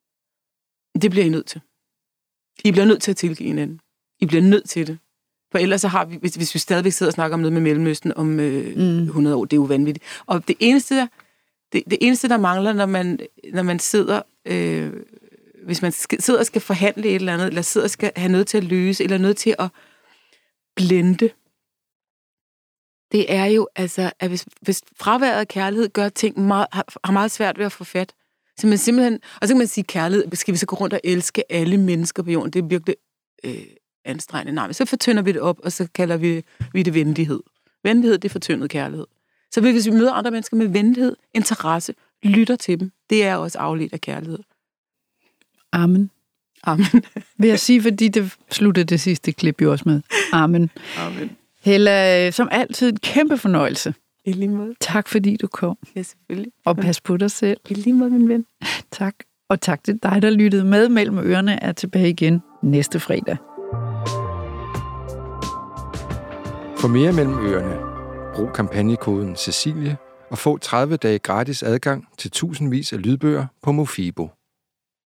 Det bliver I nødt til. I bliver nødt til at tilgive hinanden. I bliver nødt til det. For ellers så har vi, hvis, hvis vi stadigvæk sidder og snakker om noget med Mellemøsten om øh, mm. hundrede år, det er jo vanvittigt. Og det eneste, der, det, det eneste, der mangler, når man, når man sidder, øh, hvis man skal, sidder og skal forhandle et eller andet, eller sidder og skal have noget til at løse, eller noget til at blende, det er jo, altså, at hvis, hvis fraværet af kærlighed gør ting meget, har, har meget svært ved at få fat, så man simpelthen, og så kan man sige, kærlighed, skal vi så gå rundt og elske alle mennesker på jorden, det er virkelig øh, anstrengende. Nej, men så fortynder vi det op, og så kalder vi, vi det venlighed. Venlighed, det er fortyndet kærlighed. Så hvis vi møder andre mennesker med venlighed, interesse, lytter til dem, det er også afledt af kærlighed. Amen. Amen. Vil jeg sige, fordi det slutter det sidste klip jo også med. Amen. Amen. Hella, som altid, en kæmpe fornøjelse. I lige måde. Tak fordi du kom. Ja, selvfølgelig. Og pas på dig selv. I lige måde, min ven. Tak. Og tak til dig, der lyttede med. Mellem ørerne er tilbage igen næste fredag. For mere Mellem ørerne, brug kampagnekoden Cecilie og få tredive dage gratis adgang til tusindvis af lydbøger på Mofibo.